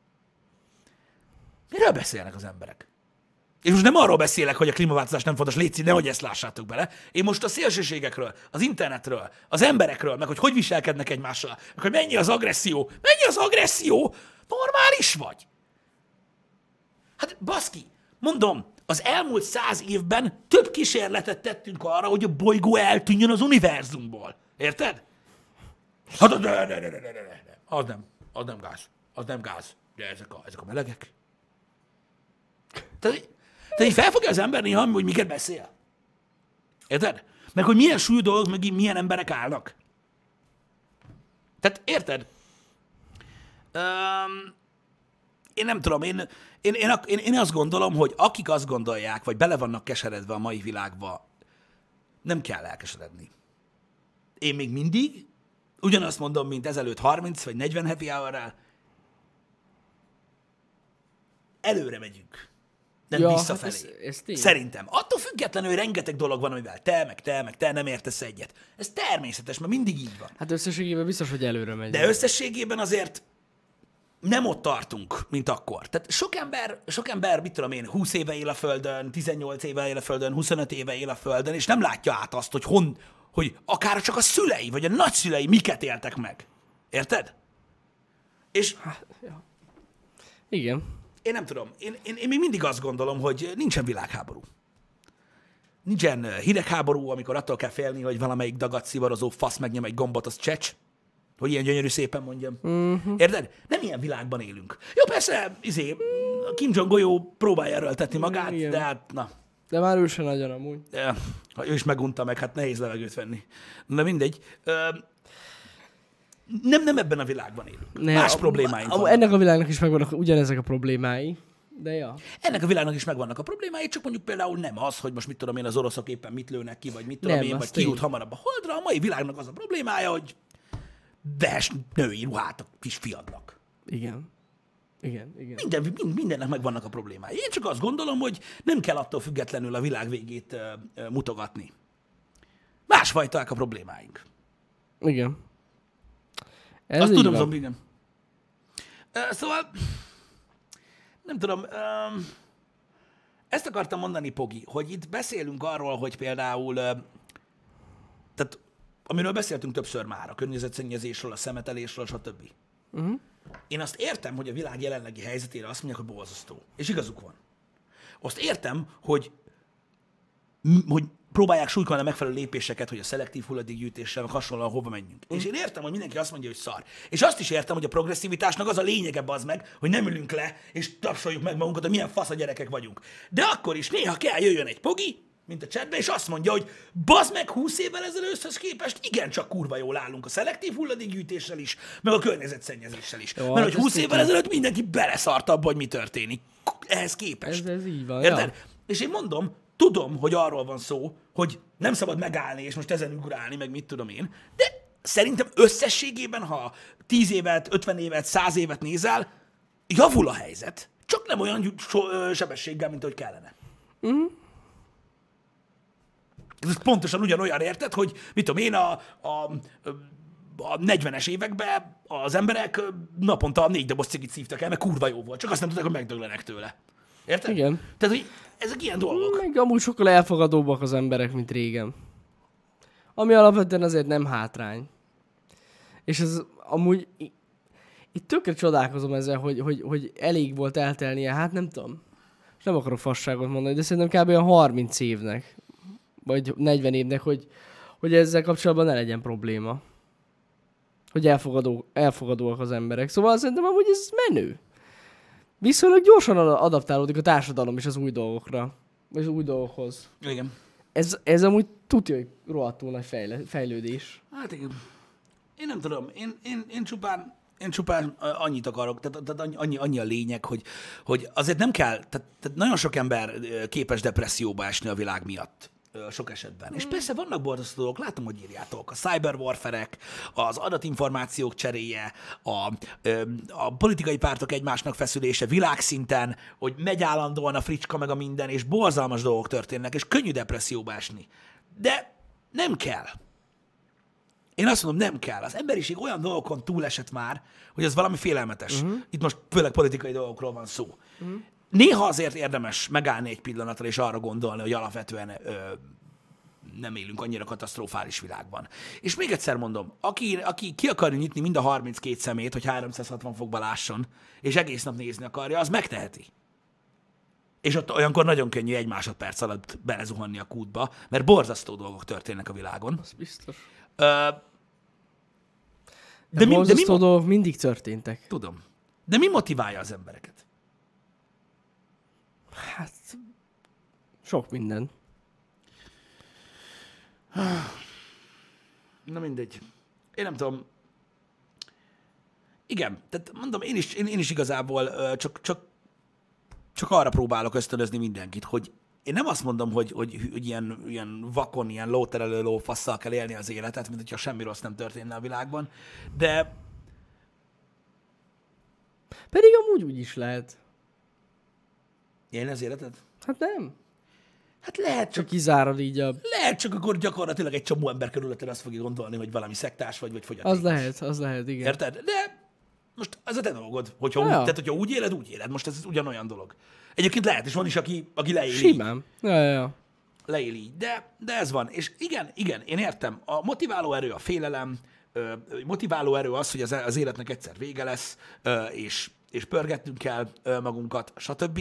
Miről beszélnek az emberek? És most nem arról beszélek, hogy a klímaváltozás nem fontos, légy szíves, nehogy ezt lássátok bele. Én most a szélsőségekről, az internetről, az emberekről, meg hogy hogy viselkednek egymással, meg hogy mennyi az agresszió. Mennyi az agresszió? Normális vagy? Hát baszki, mondom, az elmúlt száz évben több kísérletet tettünk arra, hogy a bolygó eltűnjön az univerzumból. Érted? Hát ne, ne, ne, ne, ne, ne, ne. Az nem, az nem gáz. Az nem gáz. De ezek a, ezek a melegek. Tehát, tehát így felfogja az ember néha, hogy miket beszél. Érted? Meg hogy milyen súlyú dolgok, meg milyen emberek állnak. Tehát érted? Um, én nem tudom, én, én, én, én, én azt gondolom, hogy akik azt gondolják, vagy bele vannak keseredve a mai világba, nem kell elkeseredni. Én még mindig ugyanazt mondom, mint ezelőtt harminc vagy negyven happy hour-rel, előre megyünk. Nem Ja, ja, hát visszafelé. ez- ez tény. Szerintem. Attól függetlenül, hogy rengeteg dolog van, amivel te, meg te, meg te nem értesz egyet. Ez természetes, mert mindig így van. Hát összességében biztos, hogy előre megy. De összességében azért nem ott tartunk, mint akkor. Tehát sok ember, sok ember, mit tudom én, húsz éve él a Földön, tizennyolc éve él a Földön, huszonöt éve él a Földön, és nem látja át azt, hogy hon, hogy akár csak a szülei, vagy a nagyszülei miket éltek meg. Érted? És Igen. én nem tudom, én, én, én még mindig azt gondolom, hogy nincsen világháború. Nincsen eh, hidegháború, amikor attól kell félni, hogy valamelyik dagat szivarozó fasz megnyom egy gombot, az csecs. Hogy ilyen gyönyörű szépen mondjam. Uh-huh. Érted? Nem ilyen világban élünk. Jó, persze, izé, a Kim Jong golyó próbálja erőltetni magát, Igen. de hát, na, De már ő se nagyon amúgy. de, ha ő is megunta meg, hát nehéz levegőt venni. Na mindegy. Ö, nem, nem ebben a világban élünk. Ne, Más a- problémáink a, vannak. Ennek a világnak is megvannak ugyanezek a problémái. De ja. Ennek a világnak is megvannak a problémái, csak mondjuk például nem az, hogy most mit tudom én, az oroszok éppen mit lőnek ki, vagy mit tudom Nem, én, az vagy tény. ki jut hamarabb a holdra. A mai világnak az a problémája, hogy ves női ruhát a kis fiadnak. Igen. Igen, igen. Minden, mind, mindennek megvannak a problémái. Én csak azt gondolom, hogy nem kell attól függetlenül a világ végét ö, ö, mutogatni. Másfajták a problémáink. Igen. Ez Azt így tudom, van. zombi, nem. Ö, Szóval, nem tudom, ö, ezt akartam mondani, Pogi, hogy itt beszélünk arról, hogy például, ö, tehát amiről beszéltünk többször már, a környezetszennyezésről, a szemetelésről, stb. Uh-huh. Én azt értem, hogy a világ jelenlegi helyzetére azt mondják, hogy borzasztó. És igazuk van. Azt értem, hogy, m- hogy próbálják súlykolni a megfelelő lépéseket, hogy a szelektív hulladékgyűjtéssel, meg hasonlóan hova menjünk. Mm. És én értem, hogy mindenki azt mondja, hogy szar. És azt is értem, hogy a progresszivitásnak az a lényege, az meg, hogy nem ülünk le, és tapsoljuk meg magunkat, hogy milyen fasz a gyerekek vagyunk. De akkor is néha kell jöjjön egy pogi, mint a chatbe, és azt mondja, hogy bazd meg húsz évvel ezelőtthöz képest igencsak kurva jól állunk a szelektív hulladékgyűjtéssel is, meg a környezetszennyezéssel is. Jó, Mert hogy hát húsz ezt évvel tudjuk. ezelőtt mindenki beleszart abba, hogy mi történik. Ehhez képest. Ez, ez így van, Érted? ja. És én mondom, tudom, hogy arról van szó, hogy nem szabad megállni, és most ezen ugrálni, meg mit tudom én, de szerintem összességében, ha tíz évet, ötven évet, száz évet nézel, javul a helyzet, csak nem olyan gy- so- ö, sebességgel, mint ahogy kellene. Mm. Ez pontosan ugyanolyan, érted, hogy mit tudom én, a, a, a negyvenes években az emberek naponta négy doboz cigit szívtak el, mert kurva jó volt, csak azt nem tudták, hogy megdöglenek tőle. Érted? Igen. Tehát, hogy ezek ilyen dolgok. Meg amúgy sokkal elfogadóbbak az emberek, mint régen. Ami alapvetően azért nem hátrány. És ez amúgy... i- Itt tökre csodálkozom ezzel, hogy, hogy, hogy elég volt eltelnie, hát nem tudom. És nem akarok fasságot mondani, de szerintem kb. Olyan harminc évnek, vagy negyven évnek, hogy, hogy ezzel kapcsolatban ne legyen probléma. Hogy elfogadó, elfogadóak az emberek. Szóval szerintem amúgy ez menő. Viszonylag gyorsan a- adaptálódik a társadalom is az új dolgokra. Vagy az új dolgokhoz. Igen. Ez, ez amúgy tudja, hogy rohadtul nagy fejle, fejlődés. Hát igen. Én nem tudom, én, én, én csupán, én csupán ö, annyit akarok, tehát, tehát annyi, annyi a lényeg, hogy, hogy azért nem kell, tehát, tehát nagyon sok ember ö, képes depresszióba esni a világ miatt. ö, Sok esetben. És persze vannak borzasztó dolgok, látom, hogy írjátok. A cyberwarfarek, az adatinformációk cseréje, a, ö, a politikai pártok egymásnak feszülése világszinten, hogy megy állandóan a fricska meg a minden, és borzalmas dolgok történnek, és könnyű depresszióba esni. De nem kell. Én azt mondom, nem kell. Az emberiség olyan dolgokon túlesett már, hogy ez valami félelmetes. Uh-huh. Itt most főleg politikai dolgokról van szó. Uh-huh. Néha azért érdemes megállni egy pillanatra, és arra gondolni, hogy alapvetően ö, nem élünk annyira katasztrofális világban. És még egyszer mondom, aki, aki ki akarja nyitni mind a harminckét szemét, hogy háromszázhatvan fokba lásson, és egész nap nézni akarja, az megteheti. És ott olyankor nagyon könnyű egy másodperc alatt belezuhanni a kútba, mert borzasztó dolgok történnek a világon. Az biztos. Ö, De, de, mi, de mi, borzasztó mo- dolgok mindig történtek. tudom. De mi motiválja az embereket? Hát... Sok minden. Na mindegy. Én nem tudom. Igen, tehát mondom, én is, én, én is igazából ö, csak, csak, csak arra próbálok ösztönözni mindenkit, hogy én nem azt mondom, hogy, hogy, hogy ilyen, ilyen vakon, ilyen lóterelő lófasszal kell élni az életet, mint hogyha semmi rossz nem történne a világban, de Pedig amúgy úgy is lehet. élni az életet? Hát nem. Hát lehet, csak Csak kizárod így a... lehet, csak akkor gyakorlatilag egy csomó ember körülötted azt fogja gondolni, hogy valami szektás vagy, vagy fogyatékos. Az lehet, az lehet, igen. Érted? De most ez a te dolgod. Hogyha, Ja. úgy, tehát, hogyha úgy éled, úgy éled. Most ez ugyanolyan dolog. Egyébként lehet, és van is, aki, aki leéli. Simán. Ja, ja, ja. Leéli így. De, de ez van. És igen, igen, én értem. A motiváló erő a félelem, ö, motiváló erő az, hogy az, az életnek egyszer vége lesz, ö, és, és pörgetnünk kell ö, magunkat, stb.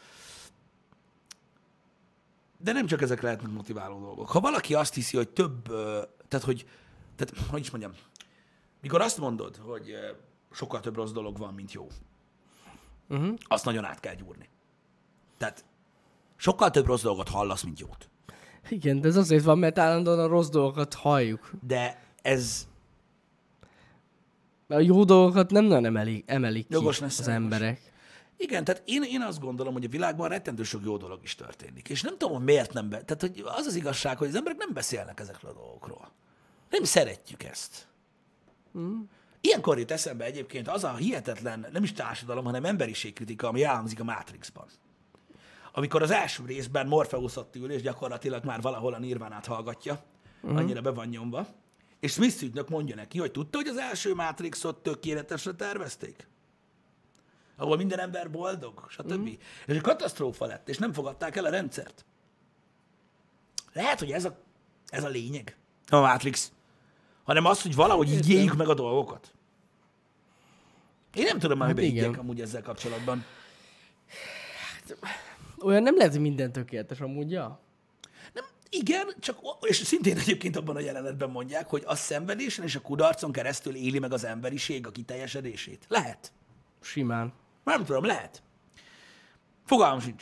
De nem csak ezek lehetnek motiváló dolgok. Ha valaki azt hiszi, hogy több, ö, tehát hogy, tehát, hogy is mondjam, mikor azt mondod, hogy ö, sokkal több rossz dolog van, mint jó, Uh-huh. azt nagyon át kell gyúrni. Tehát sokkal több rossz dolgot hallasz, mint jót. Igen, de ez azért van, mert állandóan a rossz dolgokat halljuk. De ez Mert a jó dolgokat nem nagyon emelik, emelik ki Jogos lesz, az jogos. emberek. igen, tehát én, én azt gondolom, hogy a világban rettentő sok jó dolog is történik. És nem tudom, hogy miért nem be... Tehát hogy az az igazság, hogy az emberek nem beszélnek ezekről a dolgokról. Nem szeretjük ezt. Mm. Ilyenkor jut eszembe egyébként az a hihetetlen, nem is társadalom, hanem emberiségkritika, ami elhangzik a Matrixban. Amikor az első részben Morpheus ott ül, és gyakorlatilag már valahol a Nirvánát hallgatja, uh-huh. annyira be van nyomva, és Smith ügynök mondja neki, hogy tudta, hogy az első Matrixot tökéletesre tervezték? Ahol minden ember boldog, stb. Uh-huh. És egy katasztrófa lett, és nem fogadták el a rendszert. Lehet, hogy ez a, ez a lényeg, nem a Matrix, hanem az, hogy valahogy így éljük meg a dolgokat. Én nem tudom már, Hát hogy igen. behiggyek amúgy ezzel kapcsolatban. Olyan nem lehet, hogy minden tökéletes amúgy, ja? Nem, Igen, csak, és szintén egyébként abban a jelenetben mondják, hogy a szenvedésen és a kudarcon keresztül éli meg az emberiség a kiteljesedését. Lehet. Simán. Nem tudom, lehet. Fogalmam sincs.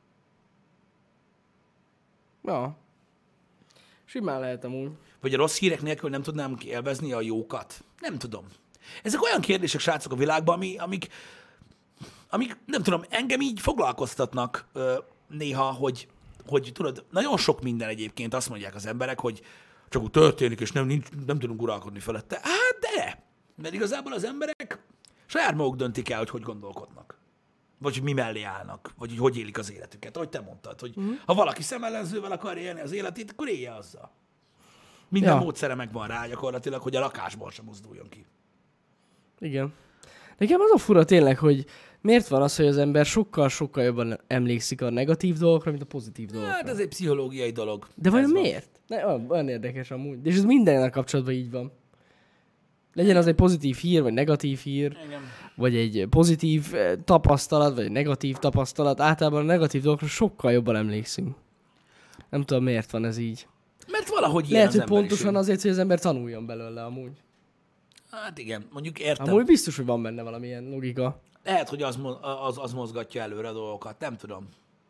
Ja. Simán lehet amúgy. Vagy a rossz hírek nélkül nem tudnám élvezni a jókat? Nem tudom. Ezek olyan kérdések, srácok, a világban, ami, amik, amik, nem tudom, engem így foglalkoztatnak ö, néha, hogy, hogy tudod, nagyon sok minden egyébként azt mondják az emberek, hogy csak úgy történik, és nem, nincs, nem tudunk uralkodni felette. Hát de! Mert igazából az emberek saját maguk döntik el, hogy hogy gondolkodnak. Vagy hogy mi mellé állnak, vagy hogy hogy élik az életüket. Ahogy te mondtad, hogy mm. ha valaki szemellenzővel akar élni az életét, akkor élje azzal. Minden ja. módszere megvan rá gyakorlatilag, hogy a lakásból sem mozduljon ki. Igen. Nekem az a fura tényleg, hogy miért van az, hogy az ember sokkal-sokkal jobban emlékszik a negatív dolgokra, mint a pozitív dolgokra. Hát ez egy pszichológiai dolog. De vajon van. miért? Ne, olyan, olyan érdekes amúgy. És ez mindennel kapcsolatban így van. Legyen az egy pozitív hír, vagy negatív hír, Igen. vagy egy pozitív tapasztalat, vagy egy negatív tapasztalat. Általában a negatív dolgokra sokkal jobban emlékszünk. Nem tudom, miért van ez így. Mert valahogy ilyen Lehet, az hogy emberiség. pontosan azért, hogy az ember tanuljon belőle amúgy. Hát igen, mondjuk értem. Amúgy biztos, hogy van benne valamilyen logika. Lehet, hogy az, mo- az, az mozgatja előre a dolgokat. Nem tudom.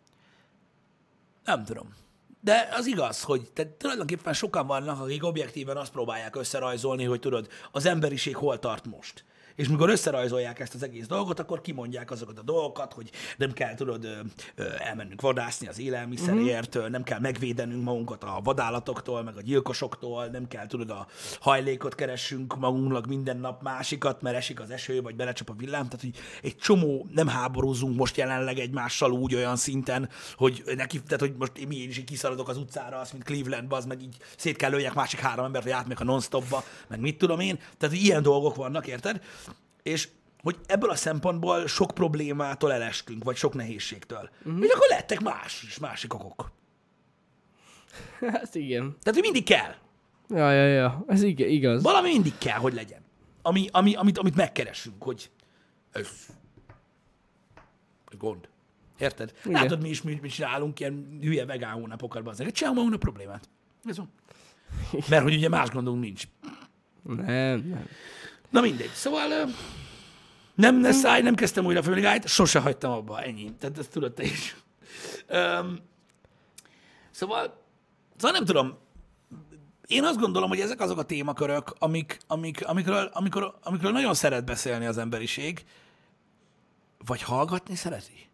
Nem tudom. De az igaz, hogy te, tulajdonképpen sokan vannak, akik objektíven azt próbálják összerajzolni, hogy tudod, az emberiség hol tart most. És mikor összerajzolják ezt az egész dolgot, akkor kimondják azokat a dolgokat, hogy nem kell, tudod, ö, ö, elmennünk vadászni az élelmiszerért, uh-huh. nem kell megvédenünk magunkat a vadállatoktól, meg a gyilkosoktól, nem kell, tudod, a hajlékot keressünk magunknak minden nap másikat, mert esik az eső, vagy belecsap a villám. Tehát, hogy egy csomó nem háborúzunk most jelenleg egymással úgy olyan szinten, hogy neki, tehát, hogy most mi én is így kiszaladok az utcára, azt, mint Clevelandba, az meg így szét kell lőjek másik három embert, hogy átmegyek a non-stopba, meg mit tudom én. Tehát, hogy ilyen dolgok vannak, érted? És hogy ebből a szempontból sok problémától elestünk, vagy sok nehézségtől. Uh-huh. És akkor lettek más és másik okok. Hát igen. Tehát, hogy mindig kell. Ja, ja, ja. Ez ig- igaz. Valami mindig kell, hogy legyen. Ami, ami, amit, amit megkeresünk, hogy ez gond. Érted? Igen. Látod, mi is mi, mi csinálunk ilyen hülye vegán hónapokat, azért csinálunk magunk a problémát. Ez van. Mert hogy ugye más gondunk nincs. Nem, nem. Na mindegy. Szóval nem, ne szállj, nem kezdtem újra Family Guy-t, sose hagytam abba, ennyi. Tehát ezt tudod te is. Um, szóval, szóval nem tudom, én azt gondolom, hogy ezek azok a témakörök, amik, amik, amikről, amikor, amikről nagyon szeret beszélni az emberiség, vagy hallgatni szereti.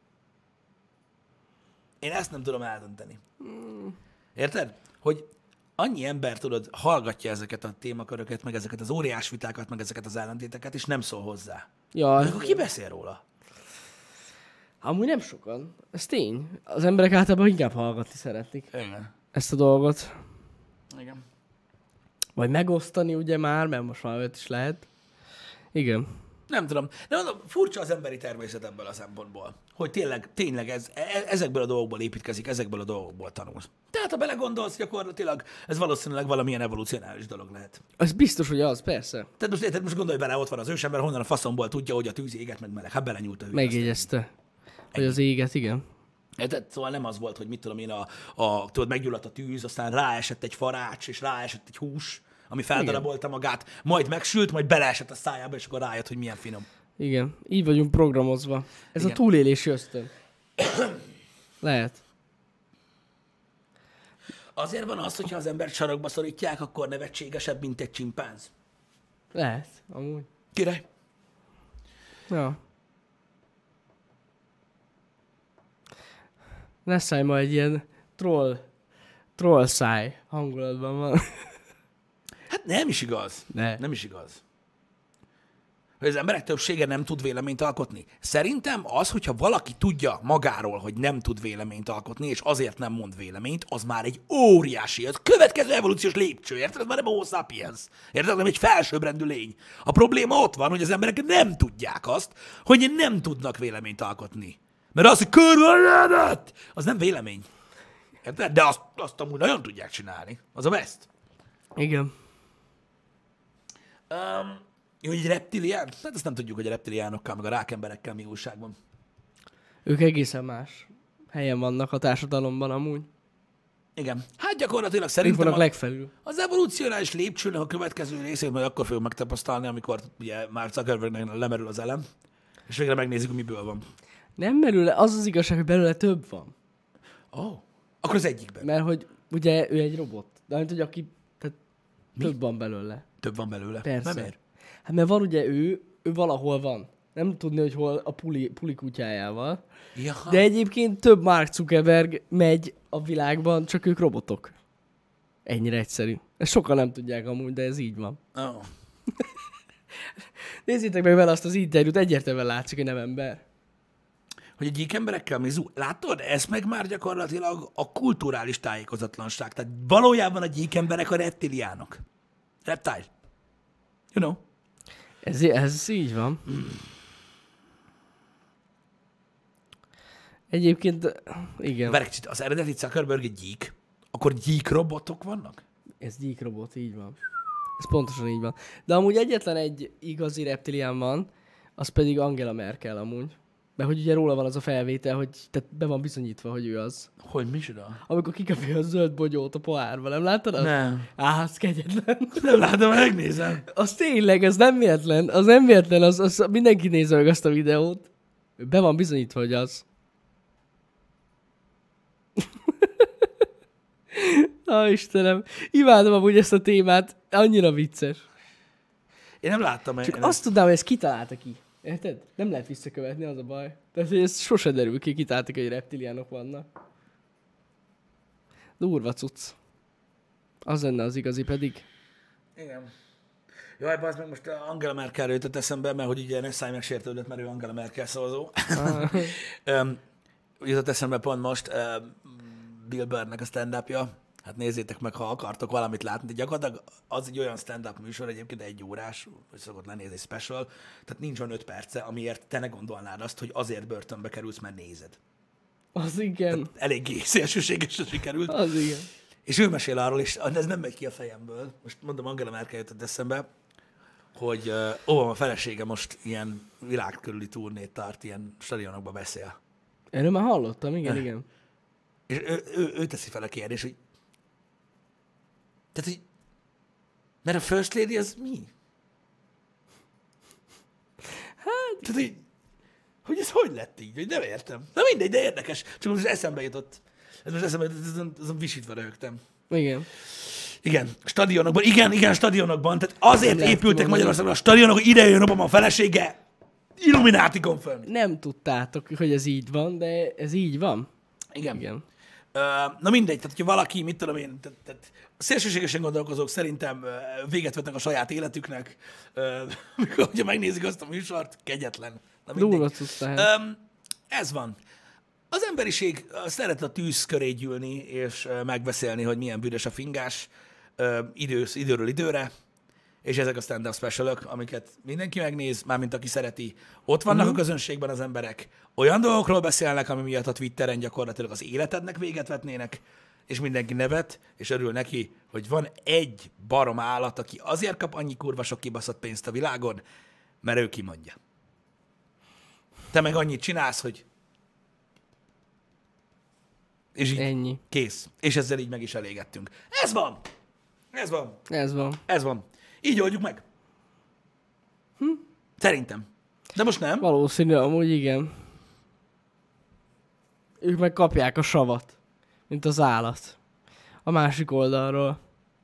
Én ezt nem tudom eldönteni. Érted? Hogy annyi ember, tudod, hallgatja ezeket a témaköröket, meg ezeket az óriás vitákat, meg ezeket az ellentéteket, és nem szól hozzá. Ja, akkor ki beszél róla? Amúgy nem sokan. Ez tény. Az emberek általában inkább hallgatni szeretik. Igen. Ezt a dolgot. Igen. Vagy megosztani ugye már, mert most már olyat is lehet. Igen. Nem tudom. De mondom, furcsa az emberi természet ebből a szempontból. Hogy tényleg, tényleg ez, e- ezekből a dolgokból építkezik, ezekből a dolgokból tanulsz. Tehát, ha belegondolsz, gyakorlatilag ez valószínűleg valamilyen evolucionális dolog lehet. Ez biztos, hogy az, persze. Tehát most, érted, most gondolj bele, ott van az ősember, honnan a faszomból tudja, hogy a tűz éget meg meleg. Hát belenyúlt a hülye. Megjegyezte, hogy az éget, igen. Érted? Szóval nem az volt, hogy mit tudom én, a, a, tudod, meggyulladt a tűz, aztán ráesett egy farács, és ráesett egy hús, ami feldarabolta magát, majd megsült, majd beleesett a szájába, és akkor rájött, hogy milyen finom. Igen, így vagyunk programozva. Ez igen. A túlélési ösztön. Lehet. Azért van az, hogyha az ember sarokba szorítják, akkor nevetségesebb, mint egy csimpánz. Lehet, amúgy. Király? Ja. Nesszáj ma egy ilyen troll, troll száj hangulatban van. Hát nem is igaz. Ne. Nem is igaz. Hogy az emberek többsége nem tud véleményt alkotni. Szerintem az, hogyha valaki tudja magáról, hogy nem tud véleményt alkotni, és azért nem mond véleményt, az már egy óriási, az következő evolúciós lépcső, érted? Ez már nem a Homo sapiens. Érted? Nem egy felsőbbrendű lény. A probléma ott van, hogy az emberek nem tudják azt, hogy nem tudnak véleményt alkotni. Mert az, hogy körülött, az nem vélemény. Érted? De azt, azt amúgy nagyon tudják csinálni. Az a best. Igen. Um, jó, hogy egy reptilián? Hát azt nem tudjuk, hogy a reptiliánokkal, meg a rákemberekkel mi újság van. Ők egészen más helyen vannak a társadalomban amúgy. Igen. Hát gyakorlatilag Ők szerintem vannak a, legfelül. az evolúcionális lépcsőnek a következő részét majd akkor fogjuk megtapasztalni, amikor ugye már Zuckerbergnek lemerül az elem, és végre megnézzük, hogy miből van. Nem merül le, az az igazság, hogy belőle több van. Ó, oh. Akkor az egyikben. Mert hogy ugye ő egy robot. De mint, hogy aki, tehát Mi? több van belőle. Több van belőle. Persze. Nem ér? Hát mert van ugye ő, ő valahol van. Nem tudni, hogy hol a puli, puli kutyájával. Ja. De egyébként több Mark Zuckerberg megy a világban, csak ők robotok. Ennyire egyszerű. Ezt sokan nem tudják amúgy, de ez így van. Oh. Nézzétek meg vele azt az interjút, egyértelműen látszik, hogy nem ember. Hogy a gyík emberekkel mi zú... Látod? Ez meg már gyakorlatilag a kulturális tájékozatlanság. Tehát valójában a gyík emberek a reptiliánok. Reptile. You know? Ez, ez így van. Egyébként, igen. Várj, kicsit, az eredeti Zuckerberg egy gyík, akkor gyík robotok vannak? Ez gyíkrobot, így van. Ez pontosan így van. De amúgy egyetlen egy igazi reptilián van, az pedig Angela Merkel amúgy. Mert hogy ugye róla van az a felvétel, hogy tehát be van bizonyítva, hogy ő az. Hogy micsoda? Amikor kikapja a zöld bogyót a pohárba, nem láttad azt? Nem. Á, az kegyetlen. Nem látom, megnézem. Az tényleg, ez nem véletlen. Az nem véletlen, az, az mindenki nézze meg azt a videót. Be van bizonyítva, hogy az. Á, Istenem. Imádom amúgy ezt a témát. Annyira vicces. Én nem láttam. Csak én azt tudnám, hogy ezt kitalálta ki. Érted? Nem lehet visszakövetni, az a baj. Tehát, hogy ez sose derül ki, kitáltak, hogy reptiliánok vannak. Durva cucc. Az lenne az igazi pedig. Igen. Jaj, bazd meg, most Angela Merkelről jutott eszembe, mert hogy ugye Nessai megsértődött, mert ő Angela Merkel szavazó. um, jutott eszembe pont most uh, Bill Burrnek a stand-upja. Hát nézzétek meg, ha akartok valamit látni. De gyakorlatilag az egy olyan stand-up műsor, egyébként egy órás, hogy szokott lenni, ez egy special, tehát nincs olyan öt perce, amiért te ne gondolnád azt, hogy azért börtönbe kerülsz, mert nézed. Az igen. Tehát eléggé szélsőségesen sikerült. Az igen. És ő mesél arról, és ez nem megy ki a fejemből, most mondom, Angela Merkel jutott eszembe, hogy uh, Obama felesége most ilyen világkörüli turnét tart, ilyen stadionokba beszél. Erről már hallottam, igen, igen. És ő, ő, ő teszi fel a kérdést, hogy tehát, hogy mert a First Lady az mi? Hát... Tehát, hogy, hogy ez hogy lett így? Hogy nem értem. Na mindegy, de érdekes. Csak most eszembe jutott. Ez most eszembe jutott, azon, azon visítva röhögtem. Igen. Igen, stadionokban, igen, igen, stadionokban. Tehát azért Lehet épültek mondani. Magyarországon a stadionok, hogy ide jön Obama felesége. Illuminati confirmed. Nem tudtátok, hogy ez így van, de ez így van. Igen. Igen. Ö, na mindegy, tehát hogyha valaki, mit tudom én, tehát, tehát szélsőségesen gondolkozók szerintem ö, véget vetnek a saját életüknek, ö, mikor ugye megnézik azt a műsort, kegyetlen. Na mindegy. Durva cucc lehet. Ö, ez van. Az emberiség ö, szeret a tűz köré gyűlni, és ö, megbeszélni, hogy milyen büdös a fingás ö, idősz, időről időre, és ezek a stand-up specialok, amiket mindenki megnéz, mármint aki szereti. Ott vannak Mhm. a közönségben az emberek, olyan dolgokról beszélnek, ami miatt a Twitteren gyakorlatilag az életednek véget vetnének, és mindenki nevet, és örül neki, hogy van egy barom állat, aki azért kap annyi kurva sok kibaszott pénzt a világon, mert ő kimondja. Te meg annyit csinálsz, hogy és így Ennyi. kész. És ezzel így meg is elégettünk. Ez van! Ez van! Ez van. Ez van. Így oldjuk meg. Hm? Szerintem. De most nem. Valószínű, amúgy igen. Ők meg kapják a savat, mint az állat. A másik oldalról.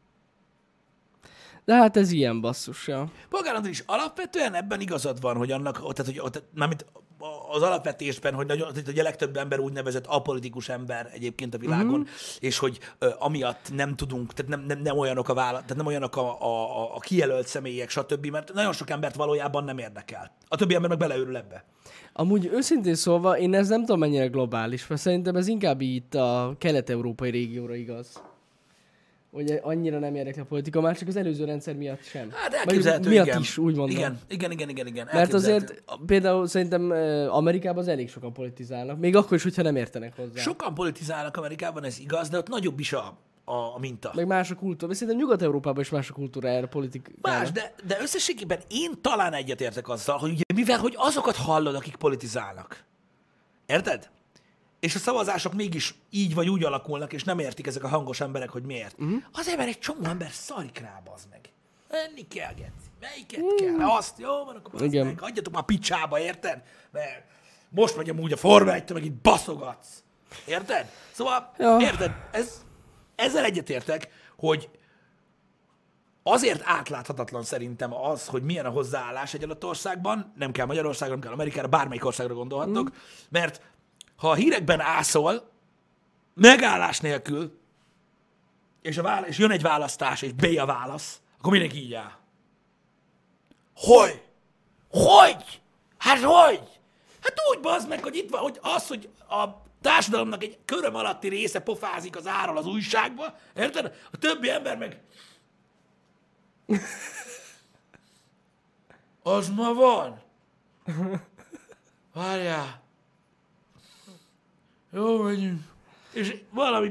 De hát ez ilyen basszus, ja. Polgár András is alapvetően ebben igazad van, hogy annak, tehát, hogy tehát, mármint az alapvetésben, hogy nagyon, hogy a legtöbb ember úgynevezett apolitikus ember egyébként a világon, mm-hmm. és hogy uh, amiatt nem tudunk, tehát nem, nem, nem olyanok a vállalat, tehát nem olyanok a, a, a kijelölt személyek, stb., mert nagyon sok embert valójában nem érdekel. A többi ember meg beleőrül ebbe. Amúgy őszintén szólva, én ez nem tudom mennyire globális, mert szerintem ez inkább itt a kelet-európai régióra igaz. Hogy annyira nem érdekel a politika, már csak az előző rendszer miatt sem. Hát elképzelhető, miatt igen. is, úgy mondom. Igen, igen, igen, igen, igen. Mert azért például szerintem eh, Amerikában az elég sokan politizálnak, még akkor is, hogyha nem értenek hozzá. Sokan politizálnak Amerikában, ez igaz, de ott nagyobb is a, a, a minta. Meg más a kultúra. Szerintem Nyugat-Európában is más a kultúrájára a politikára. Más, de, de összességében én talán egyetértek azzal, hogy ugye mivel, hogy azokat hallod, akik politizálnak. Érted? és a szavazások mégis így vagy úgy alakulnak, és nem értik ezek a hangos emberek, hogy miért. Uh-huh. Azért, mert egy csomó ember szarik rá, bazd meg. Enni kell, Geci. Melyiket uh. kell? Azt, jó van, akkor bazd meg. Adjatok már picsába, érted? Mert most megy amúgy a Forma egy, te meg itt baszogatsz. Érted? Szóval, ja. érted? Ez, ezzel egyetértek, hogy azért átláthatatlan szerintem az, hogy milyen a hozzáállás egy adott országban, nem kell Magyarországra, nem kell Amerikára, bármelyik országra gondolhattok, mm. mert ha a hírekben ászol, megállás nélkül, és, a vála- és jön egy választás, és B a válasz, akkor mindenki így áll. Hogy? Hogy? Hát hogy? Hát úgy bazd meg, hogy itt van, hogy az, hogy a társadalomnak egy köröm alatti része pofázik az árral az újságba, érted? A többi ember meg... Az ma van? Várjál. Jó, megyünk. És valami...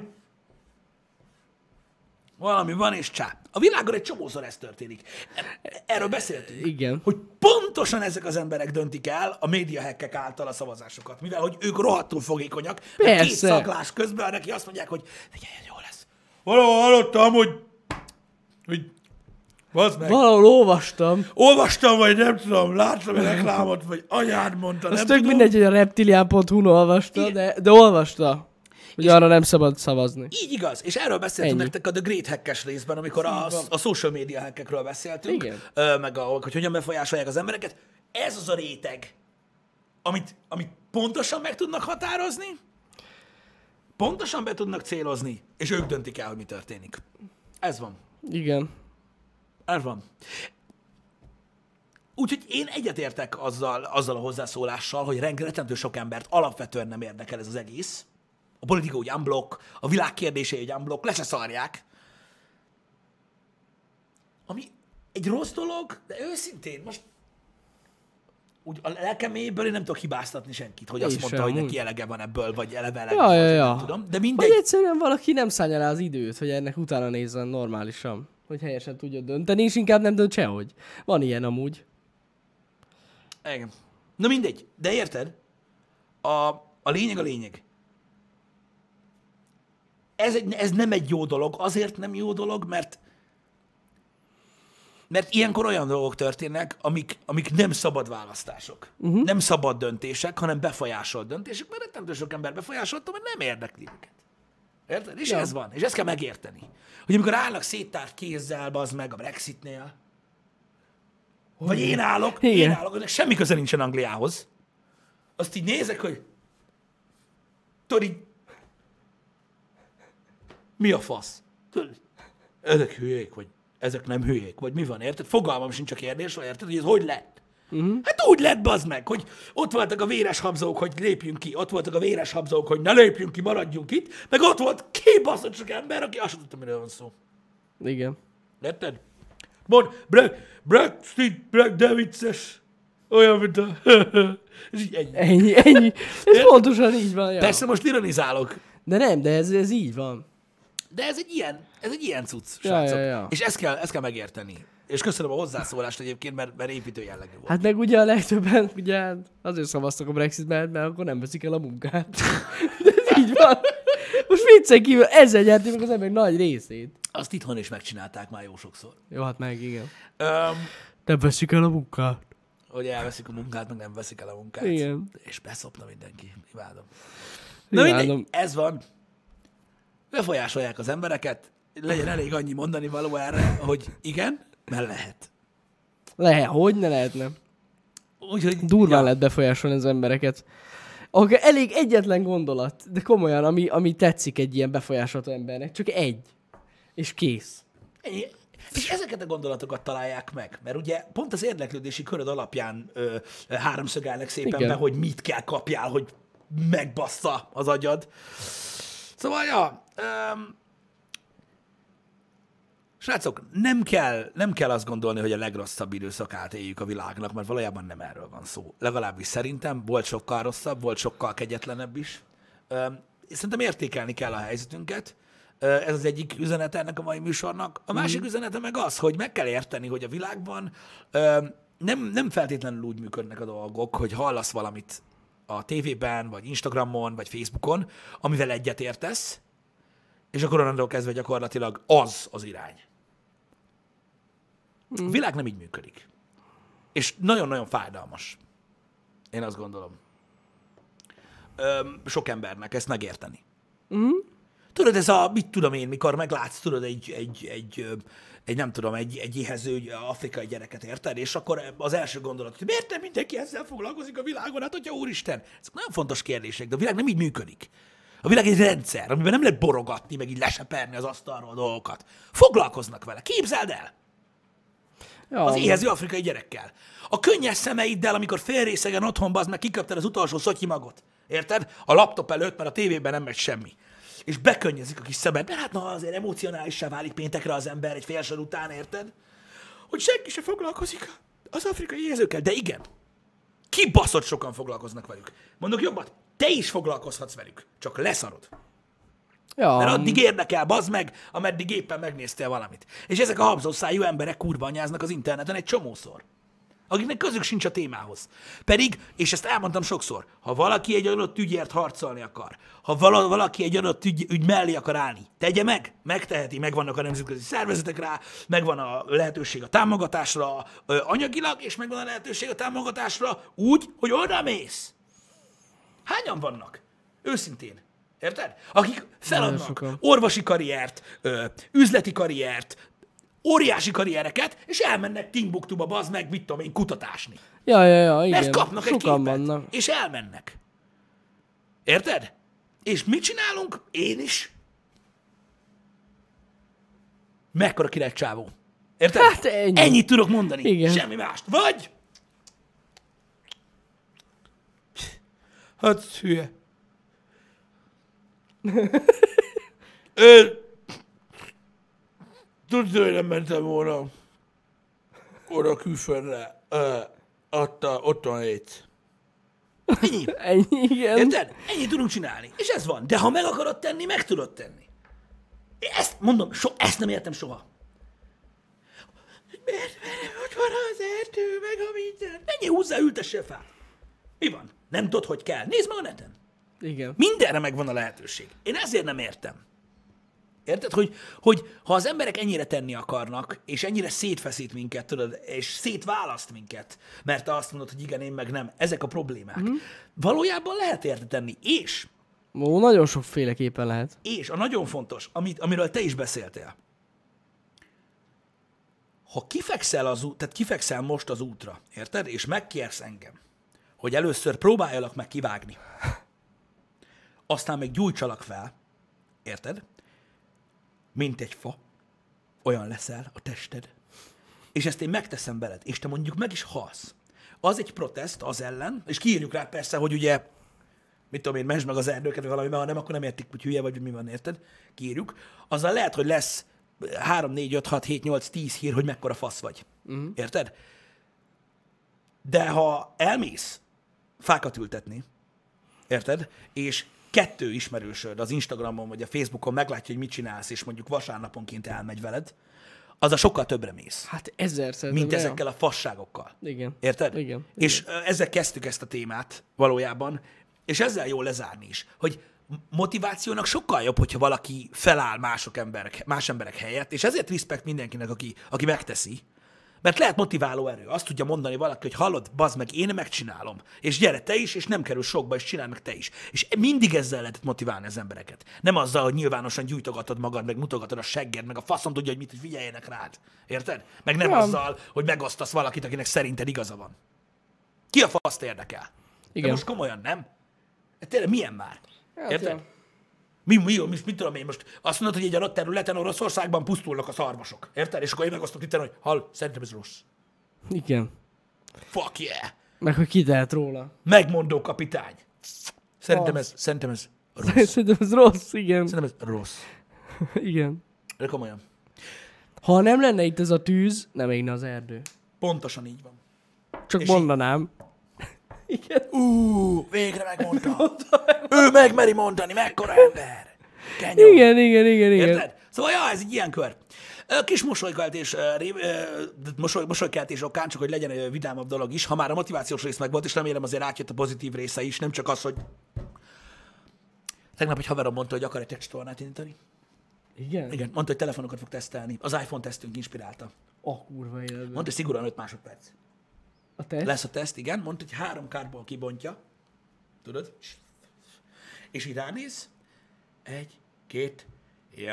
Valami van, és csá. A világon egy csomószor ez történik. Erről beszéltünk. Igen. Hogy pontosan ezek az emberek döntik el a médiahekkek által a szavazásokat. Mivel, hogy ők rohadtul fogékonyak. Persze. Két szaglás közben neki azt mondják, hogy figyelj, jó lesz. Valahol hallottam, hogy... hogy meg. Valahol olvastam. Olvastam, vagy nem tudom, láttam egy reklámot, vagy anyád mondta, azt nem tök tudom. mindegy, hogy a reptilian pont hu-n olvasta, de, de olvasta. Hogy arra nem szabad szavazni. Így igaz, és erről beszéltünk Ennyi. nektek a The Great Hackes részben, amikor a, a social media hackekről beszéltünk, Igen. meg a, hogy hogyan befolyásolják az embereket. Ez az a réteg, amit, amit pontosan meg tudnak határozni, pontosan be tudnak célozni, és ők döntik el, hogy mi történik. Ez van. Igen. Ez van. Úgyhogy én egyetértek azzal, azzal a hozzászólással, hogy rettentő sok embert alapvetően nem érdekel ez az egész. A politika úgy unblock, a világ kérdései úgy unblock, le se szarják. Ami egy rossz dolog, de őszintén, most úgy a lelkem mélyéből én nem tudok hibáztatni senkit, hogy Én azt mondta, sem, hogy neki úgy. elege van ebből, vagy eleve elege Ja, van, ja, vagy ja. nem tudom. De mindegy. Vagy egyszerűen valaki nem szállja rá az időt, hogy ennek utána nézzen normálisan. Hogy helyesen tudja dönteni, és inkább nem dönt sehogy. Van ilyen amúgy. Igen. Na mindegy, de érted? A, a lényeg a lényeg. Ez, egy, ez nem egy jó dolog. Azért nem jó dolog, mert mert ilyenkor olyan dolgok történnek, amik, amik nem szabad választások. Uh-huh. Nem szabad döntések, hanem befolyásolt döntések, mert rettentő sok ember befolyásolta, mert nem érdekli őket. Érted? És ja. ez van. És ezt kell megérteni. Hogy amikor állnak széttárt kézzel, bazd meg a Brexitnél, vagy én állok, Igen. én állok, ennek semmi köze nincsen Angliához. Azt így nézek, hogy tudod így, mi a fasz? Tudod, ezek hülyék, vagy ezek nem hülyék, vagy mi van, érted? Fogalmam sincs a kérdésről, érted, hogy ez hogy lett? Uh-huh. Hát úgy lett, bazd meg, hogy ott voltak a véres habzók, hogy lépjünk ki, ott voltak a véres habzók, hogy ne lépjünk ki, maradjunk itt, meg ott volt két baszott sok ember, aki azt tudta, miről van szó. Igen. Érted? Mond, Brexit, Brexit, de vicces. Olyan, mint a... Ez így ennyi. Ennyi, ennyi. Ez pontosan így van, ja. Persze most ironizálok. De nem, de ez, ez így van. De ez egy ilyen, ez egy ilyen cucc, Ja, srácok. ja, ja. És ezt kell, ezt kell megérteni. És köszönöm a hozzászólást egyébként, mert, mert építő jellegű volt. Hát meg ugye a legtöbben ugye azért szavaztak a Brexit mellett, mert akkor nem veszik el a munkát. De ez így van. Most viccen kívül ezzel nyerték meg az emberek nagy részét. Azt itthon is megcsinálták már jó sokszor. Jó, hát meg igen. Um, Nem veszik el a munkát. hogy elveszik a munkát, meg nem veszik el a munkát. Igen. És beszopna mindenki. Imádom. Na Imádom. mindegy, ez van. Befolyásolják az embereket. Legyen elég annyi mondani való erre, hogy igen, mert lehet. Lehet, hogy ne lehetne. Úgyhogy... Durván ja. lehet befolyásolni az embereket. Akkor elég egyetlen gondolat, de komolyan, ami, ami tetszik egy ilyen befolyásolható embernek. Csak egy. És kész. Ennyi. És ezeket a gondolatokat találják meg, mert ugye pont az érdeklődési köröd alapján ö, háromszögelnek szépen Igen. be, hogy mit kell kapjál, hogy megbassza az agyad. Szóval, ja, öm, srácok, nem kell, nem kell azt gondolni, hogy a legrosszabb időszakát éljük a világnak, mert valójában nem erről van szó. Legalábbis szerintem volt sokkal rosszabb, volt sokkal kegyetlenebb is. Öm, szerintem értékelni kell a helyzetünket. Ez az egyik üzenete ennek a mai műsornak. A másik mm. üzenete meg az, hogy meg kell érteni, hogy a világban öm, nem, nem feltétlenül úgy működnek a dolgok, hogy hallasz valamit a tévében, vagy Instagramon, vagy Facebookon, amivel egyetértesz, és akkor onnantól kezdve gyakorlatilag az az irány. A világ nem így működik. És nagyon-nagyon fájdalmas. Én azt gondolom. Öm, sok embernek ezt megérteni. Mm. Tudod, ez a, mit tudom én, mikor meglátsz, tudod, egy, egy, egy, egy nem tudom, egy, egy éhező afrikai gyereket, érted? És akkor az első gondolat, hogy miért nem mindenki ezzel foglalkozik a világon? Hát, hogyha úristen, ezek nagyon fontos kérdések, de a világ nem így működik. A világ egy rendszer, amiben nem lehet borogatni, meg így leseperni az asztalról dolgokat. Foglalkoznak vele, képzeld el! Ja, Az éhező afrikai gyerekkel. A könnyes szemeiddel, amikor félrészegen otthon bazd meg kikaptad az utolsó szotyi magot. Érted? A laptop előtt, mert a tévében nem megy semmi. És bekönnyezik a kis szemed, mert hát na azért emocionálissá válik péntekre az ember egy fél sor után, érted? Hogy senki se foglalkozik az afrikai éhezőkkel. De igen, kibaszott sokan foglalkoznak velük. Mondok jobbat, te is foglalkozhatsz velük, csak leszarod. ja. Mert addig érdekel, bazd meg, ameddig éppen megnéztél valamit. És ezek a habzószájú emberek kurva anyáznak az interneten egy csomószor. Akiknek közük sincs a témához. Pedig, és ezt elmondtam sokszor, ha valaki egy adott ügyért harcolni akar, ha vala, valaki egy adott ügy, ügy mellé akar állni, tegye meg, megteheti, megvannak a nemzetközi szervezetek rá, megvan a lehetőség a támogatásra ö, anyagilag, és megvan a lehetőség a támogatásra úgy, hogy oda mész. Hányan vannak? Őszintén. Érted? Akik feladnak orvosi karriert, ö, üzleti karriert, óriási karriereket, és elmennek Timbuktuba, bazd meg, mit tudom én, kutatásni. Ja, ja, ja, igen. Mert kapnak egy Sokan képet, vannak. és elmennek. Érted? És mit csinálunk? Én is. Mekkora király csávó. Érted? Hát ennyi. Ennyit tudok mondani. Igen. Semmi mást. Vagy... Hát, hülye. Ő... Tudod, hogy nem mentem volna oda külföldre, uh, ott, a, ott a hét. Ennyi. Ennyi, igen. Érted? Ennyit tudunk csinálni. És ez van. De ha meg akarod tenni, meg tudod tenni. Ezt mondom, so, ezt nem értem soha. Miért, mert ott van az erdő, meg a minden. Menjél hozzá, ültessél fel. Mi van? Nem tudod, hogy kell. Nézd meg a neten. Igen. Mindenre megvan a lehetőség. Én ezért nem értem. Érted? Hogy, hogy ha az emberek ennyire tenni akarnak, és ennyire szétfeszít minket, tudod, és szétválaszt minket, mert te azt mondod, hogy igen, én meg nem, ezek a problémák. Mm. Valójában lehet érte tenni. És, Ó, nagyon sokféleképpen lehet. és a nagyon fontos, amit, amiről te is beszéltél, ha kifekszel, az út, tehát kifekszel most az útra, érted? És megkérsz engem, hogy először próbáljalak meg kivágni, aztán meg gyújtsalak fel, érted? Mint egy fa, olyan leszel a tested, és ezt én megteszem veled, és te mondjuk meg is halsz. Az egy protest az ellen, és kiírjuk rá persze, hogy ugye, mit tudom én, mensd meg az erdőket, vagy valami, mert ha nem, akkor nem értik, hogy hülye vagy, hogy mi van, érted? Kiírjuk. Azzal lehet, hogy lesz három, négy, öt, hat, hét, nyolc, tíz hír, hogy mekkora fasz vagy. Uh-huh. Érted? De ha elmész fákat ültetni, érted? És kettő ismerősöd az Instagramon vagy a Facebookon meglátja, hogy mit csinálsz, és mondjuk vasárnaponként elmegy veled, az a sokkal többre mész, Hát ezerszer. mint nem, ezekkel a fasságokkal. Igen. Érted? Igen. És ö, ezzel kezdtük ezt a témát valójában, és ezzel jól lezárni is, hogy motivációnak sokkal jobb, hogyha valaki feláll mások emberek, más emberek helyett, és ezért respekt mindenkinek, aki, aki megteszi, mert lehet motiváló erő. Azt tudja mondani valaki, hogy hallod, bazd meg, én megcsinálom. És gyere te is, és nem kerül sokba, és csinálj meg te is. És mindig ezzel lehetett motiválni az embereket. Nem azzal, hogy nyilvánosan gyújtogatod magad, meg mutogatod a segged, meg a faszom tudja, hogy mit, hogy figyeljenek rád. Érted? Meg nem Ja. azzal, hogy megosztasz valakit, akinek szerinted igaza van. Ki a faszt érdekel? Igen. De most komolyan, nem? Hát tényleg milyen már? Hát, Érted? ja. Mi, mi, mi, mit tudom én most? Azt mondod, hogy egy adott területen Oroszországban pusztulnak a szarvasok. Érted? És akkor én megosztok itt, hogy hall, szerintem ez rossz. Igen. Fuck yeah! Meg hogy ki tehet róla. Megmondó kapitány. Szerintem ez, szerintem ez rossz. Szerintem ez rossz, igen. Szerintem ez rossz. Igen. De komolyan. Ha nem lenne itt ez a tűz, nem égne az erdő. Pontosan így van. Csak És mondanám. Igen. Ú, végre megmondta. Ő megmeri mondani, mekkora ember. Kenyó. Igen, igen, igen, igen. Érted? Szóval, ja, ez egy ilyen kör. Ö, Kis mosolykeltés, ö, ré- ö, mosoly, mosolykeltés okán, csak hogy legyen ö, vidámabb dolog is. Ha már a motivációs rész meg volt, és remélem azért átjött a pozitív része is, nem csak az, hogy tegnap egy haverom mondta, hogy akar egy texttornát indítani. Igen? Igen, mondta, hogy telefonokat fog tesztelni. Az iPhone tesztünk inspirálta. A kurva életben. Mondta, hogy szigorúan öt másodperc. A teszt? Lesz a teszt, igen. Mondta, hogy három kárból kibontja. Tudod? És így ránéz. Egy, két, jó.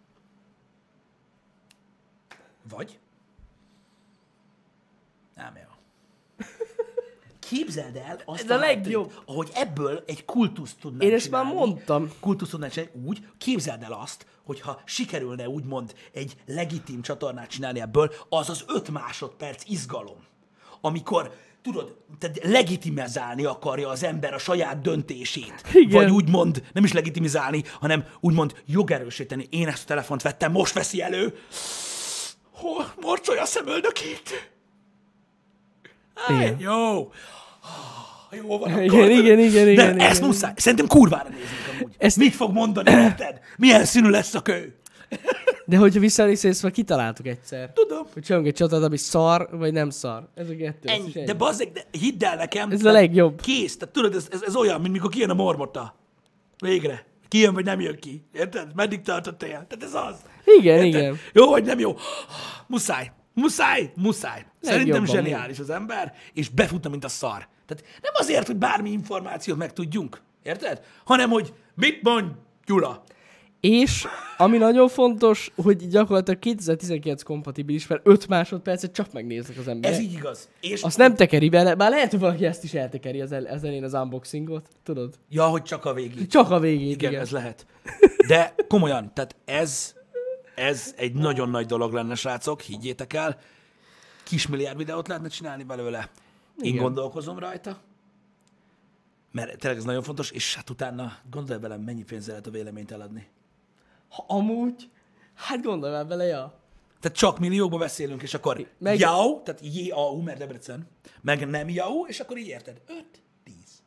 Vagy? Nem jó. Képzeld el azt Ez a legjobb. háttér, ahogy ebből egy kultuszt tudnánk Én ezt csinálni. már mondtam. Kultuszt tudnánk csinálni úgy, képzeld el azt, hogyha sikerülne úgymond egy legitim csatornát csinálni ebből, az az öt másodperc izgalom. Amikor, tudod, tehát legitimizálni akarja az ember a saját döntését. Igen. Vagy úgymond, nem is legitimizálni, hanem úgymond jogerősíteni. Én ezt a telefont vettem, most veszi elő. Hol morcsolja a szemöldökét. Áj, Igen. jó. Jó van akkor. Igen, igen, igen, De igen, ezt igen. muszáj. Szerintem kurvára nézzük amúgy. Ezt- Mit fog mondani, érted? Milyen színű lesz a kő? De hogyha visszanézsz, ezt már kitaláltuk egyszer. Tudom. Hogy csinálunk egy csatát, ami szar, vagy nem szar. Ez a kettő. ez is Ennyi. De bazzeg, de hidd el nekem. Ez a tehát legjobb. Kész. Tehát tudod, ez, ez, ez olyan, mint mikor kijön a mormota. Végre. Kijön, vagy nem jön ki. Érted? Meddig tart a tél? Tehát ez az. Igen, Érted? igen. Jó, vagy nem jó? Muszáj. Muszáj. Muszáj. Szerintem Legjobban zseniális az ember, és befutna, mint a szar. Tehát nem azért, hogy bármi információt megtudjunk. Érted? Hanem, hogy mit mond Gyula. És ami nagyon fontos, hogy gyakorlatilag kétezer-tizenkilenc kompatibilis, mert öt másodpercet csak megnéznek az emberek. Ez így igaz. És Azt nem tekeri bele, bár lehet, hogy valaki ezt is eltekeri az, el, az elén az unboxingot, tudod? Ja, hogy csak a végig. Csak a végét, Igen, igen. ez lehet. De komolyan, tehát ez, ez egy nagyon nagy dolog lenne, srácok, higgyétek el. Kismilliárd videót lehetne csinálni belőle. Én Igen. gondolkozom rajta, mert tényleg ez nagyon fontos, és hát utána gondolj bele, mennyi pénzzel lehet a véleményt eladni. Ha amúgy, hát gondolj már bele, ja. Tehát csak milliókba beszélünk, és akkor Meg- meg... jau, tehát J A U, mert Debrecen, meg nem jau, és akkor így érted. öt, tíz.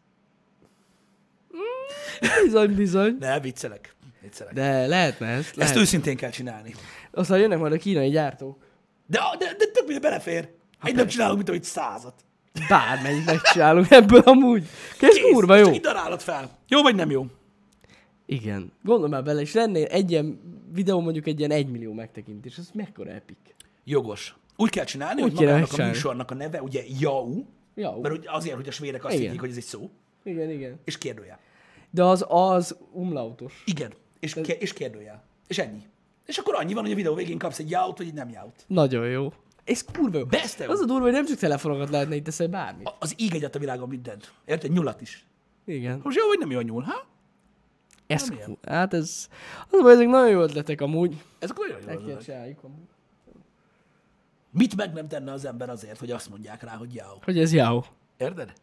Bizony, bizony. Ne, viccelek. viccelek. De lehetne ez. Ezt Lehet. őszintén kell csinálni. Aztán jönnek majd a kínai gyártók. De, de, de több minden belefér. Egy nem csinálunk, mint ahogy százat. Bármennyit megcsinálunk ebből amúgy. Ez kurva jó. Csak így darálod fel. Jó vagy nem jó? Igen. Gondolj már bele, és lenne egy ilyen videó, mondjuk egy ilyen egymillió megtekintés. Ez mekkora epik. Jogos. Úgy kell csinálni, Úgy hogy kéne magának a megcsinálni. műsornak a neve, ugye jau, Ja, mert úgy azért, hogy a svédek azt Igen. higgyék, hogy ez egy szó, igen, igen. és kérdőjel. De az az umlautos. Igen. És, ke- és kérdőjel. És ennyi. És akkor annyi van, hogy a videó végén kapsz egy jaut, vagy egy nem jaut. Nagyon jó. Ez kurva jó. Beste jó. Az a durva, hogy nem csak telefonokat lehetne itt teszel bármit. A- Az íg egyet a világon mindent. Érted? Nyulat is. Igen. Most jó vagy nem jó a nyúl, ha? Ez nem ilyen. cool. Hát ez... Az, hogy ezek nagyon jó ötletek amúgy. Ezek nagyon jó Meg kell ötletek. csináljuk amúgy. Mit meg nem tenne az ember azért, hogy azt mondják rá, hogy jau? Hogy ez jó. Érted?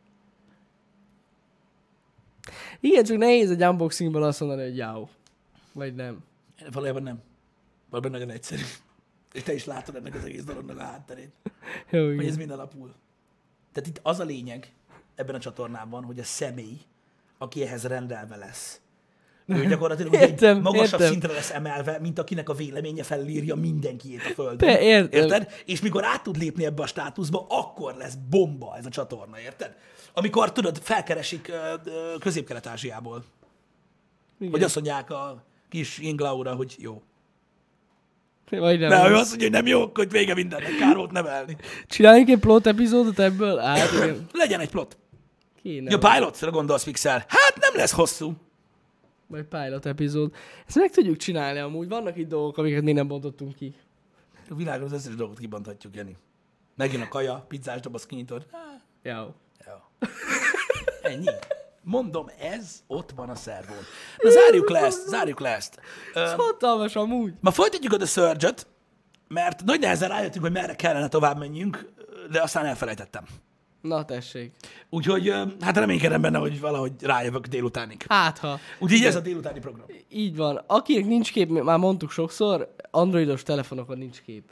Igen, csak nehéz egy unboxingből azt mondani, hogy jó. Vagy nem. Valójában nem. Valójában nagyon egyszerű. És te is látod ennek az egész dolognak a hátterét. Jó, Hogy ez igen. mind alapul. Tehát itt az a lényeg ebben a csatornában, hogy a személy, aki ehhez rendelve lesz, ő gyakorlatilag ugye Értem, egy magasabb értem. szintre lesz emelve, mint akinek a véleménye felülírja mindenkiét a Földön. Te, értem. Érted? És mikor át tud lépni ebbe a státuszba, akkor lesz bomba ez a csatorna, érted? Amikor, tudod, felkeresik ö, ö, Közép-Kelet-Ázsiából. Igen. Hogy azt mondják a kis Inglaura, hogy jó. Vagy nem. De ő azt mondja, hogy nem jó, akkor vége mindennek, kár volt nevelni. Csináljunk egy plot epizódot ebből? Hát igen. Legyen egy plot. Kéne. Ja, Pilotsra gondolsz, Pixel? Hát nem lesz hosszú. Vagy pilot epizód. Ezt meg tudjuk csinálni amúgy. Vannak itt dolgok, amiket még nem bontottunk ki. A világon az összes dolgot kibonthatjuk, Jani. Megjön a kaja, pizzás doboz kinyitod. Há, Jó. jó. Ennyi. Mondom, ez ott van a szervón. Na zárjuk le ezt, zárjuk le ezt. Ez Ö, hatalmas amúgy. ma folytatjuk a The Surge-et, mert nagy nehezen rájöttünk, hogy merre kellene tovább menjünk, de aztán elfelejtettem. Na tessék. Úgyhogy ö, hát reménykedem benne, hogy valahogy rájövök délutánig. Hát ha. Úgyhogy ez a délutáni program. Így van. Akinek nincs kép, már mondtuk sokszor, androidos telefonokon nincs kép.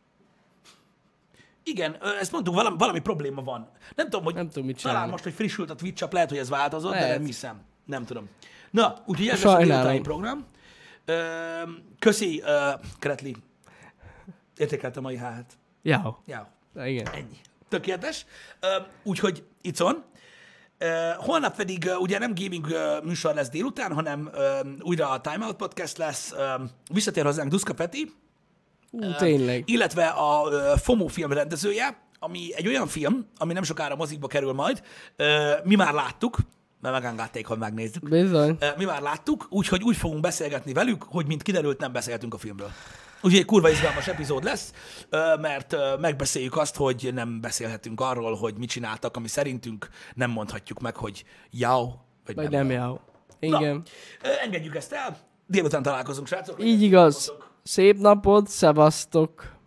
Igen, ö, ezt mondtuk, valami, valami probléma van. Nem tudom, hogy Nem tudom, mit talán csinálni. most, hogy frissült a Twitch app, lehet, hogy ez változott, de Lehet. nem hiszem. Nem tudom. Na, úgyhogy ez lesz a Sajnálom. délutáni program. Ö, köszi, ö, Kretli. Értékelte a mai há há-t. Jó. Ja. Igen. Ennyi. Tökéletes. Úgyhogy itt van. Holnap pedig ugye nem gaming műsor lesz délután, hanem újra a Time Out Podcast lesz. Visszatér hozzánk Duszka Peti. Ú, tényleg. Illetve a FOMO film rendezője, ami egy olyan film, ami nem sokára mozikba kerül majd. Mi már láttuk, mert megengedték, hogy megnézzük. Bizony. Mi már láttuk, úgyhogy úgy fogunk beszélgetni velük, hogy mint kiderült, nem beszéltünk a filmről. Úgyhogy egy kurva izgalmas epizód lesz, mert megbeszéljük azt, hogy nem beszélhetünk arról, hogy mit csináltak, ami szerintünk nem mondhatjuk meg, hogy jau, vagy, Vagy nem, nem jau. jó. Igen. Na, engedjük ezt el, délután találkozunk, srácok. Így igaz. Szép napot, szevasztok.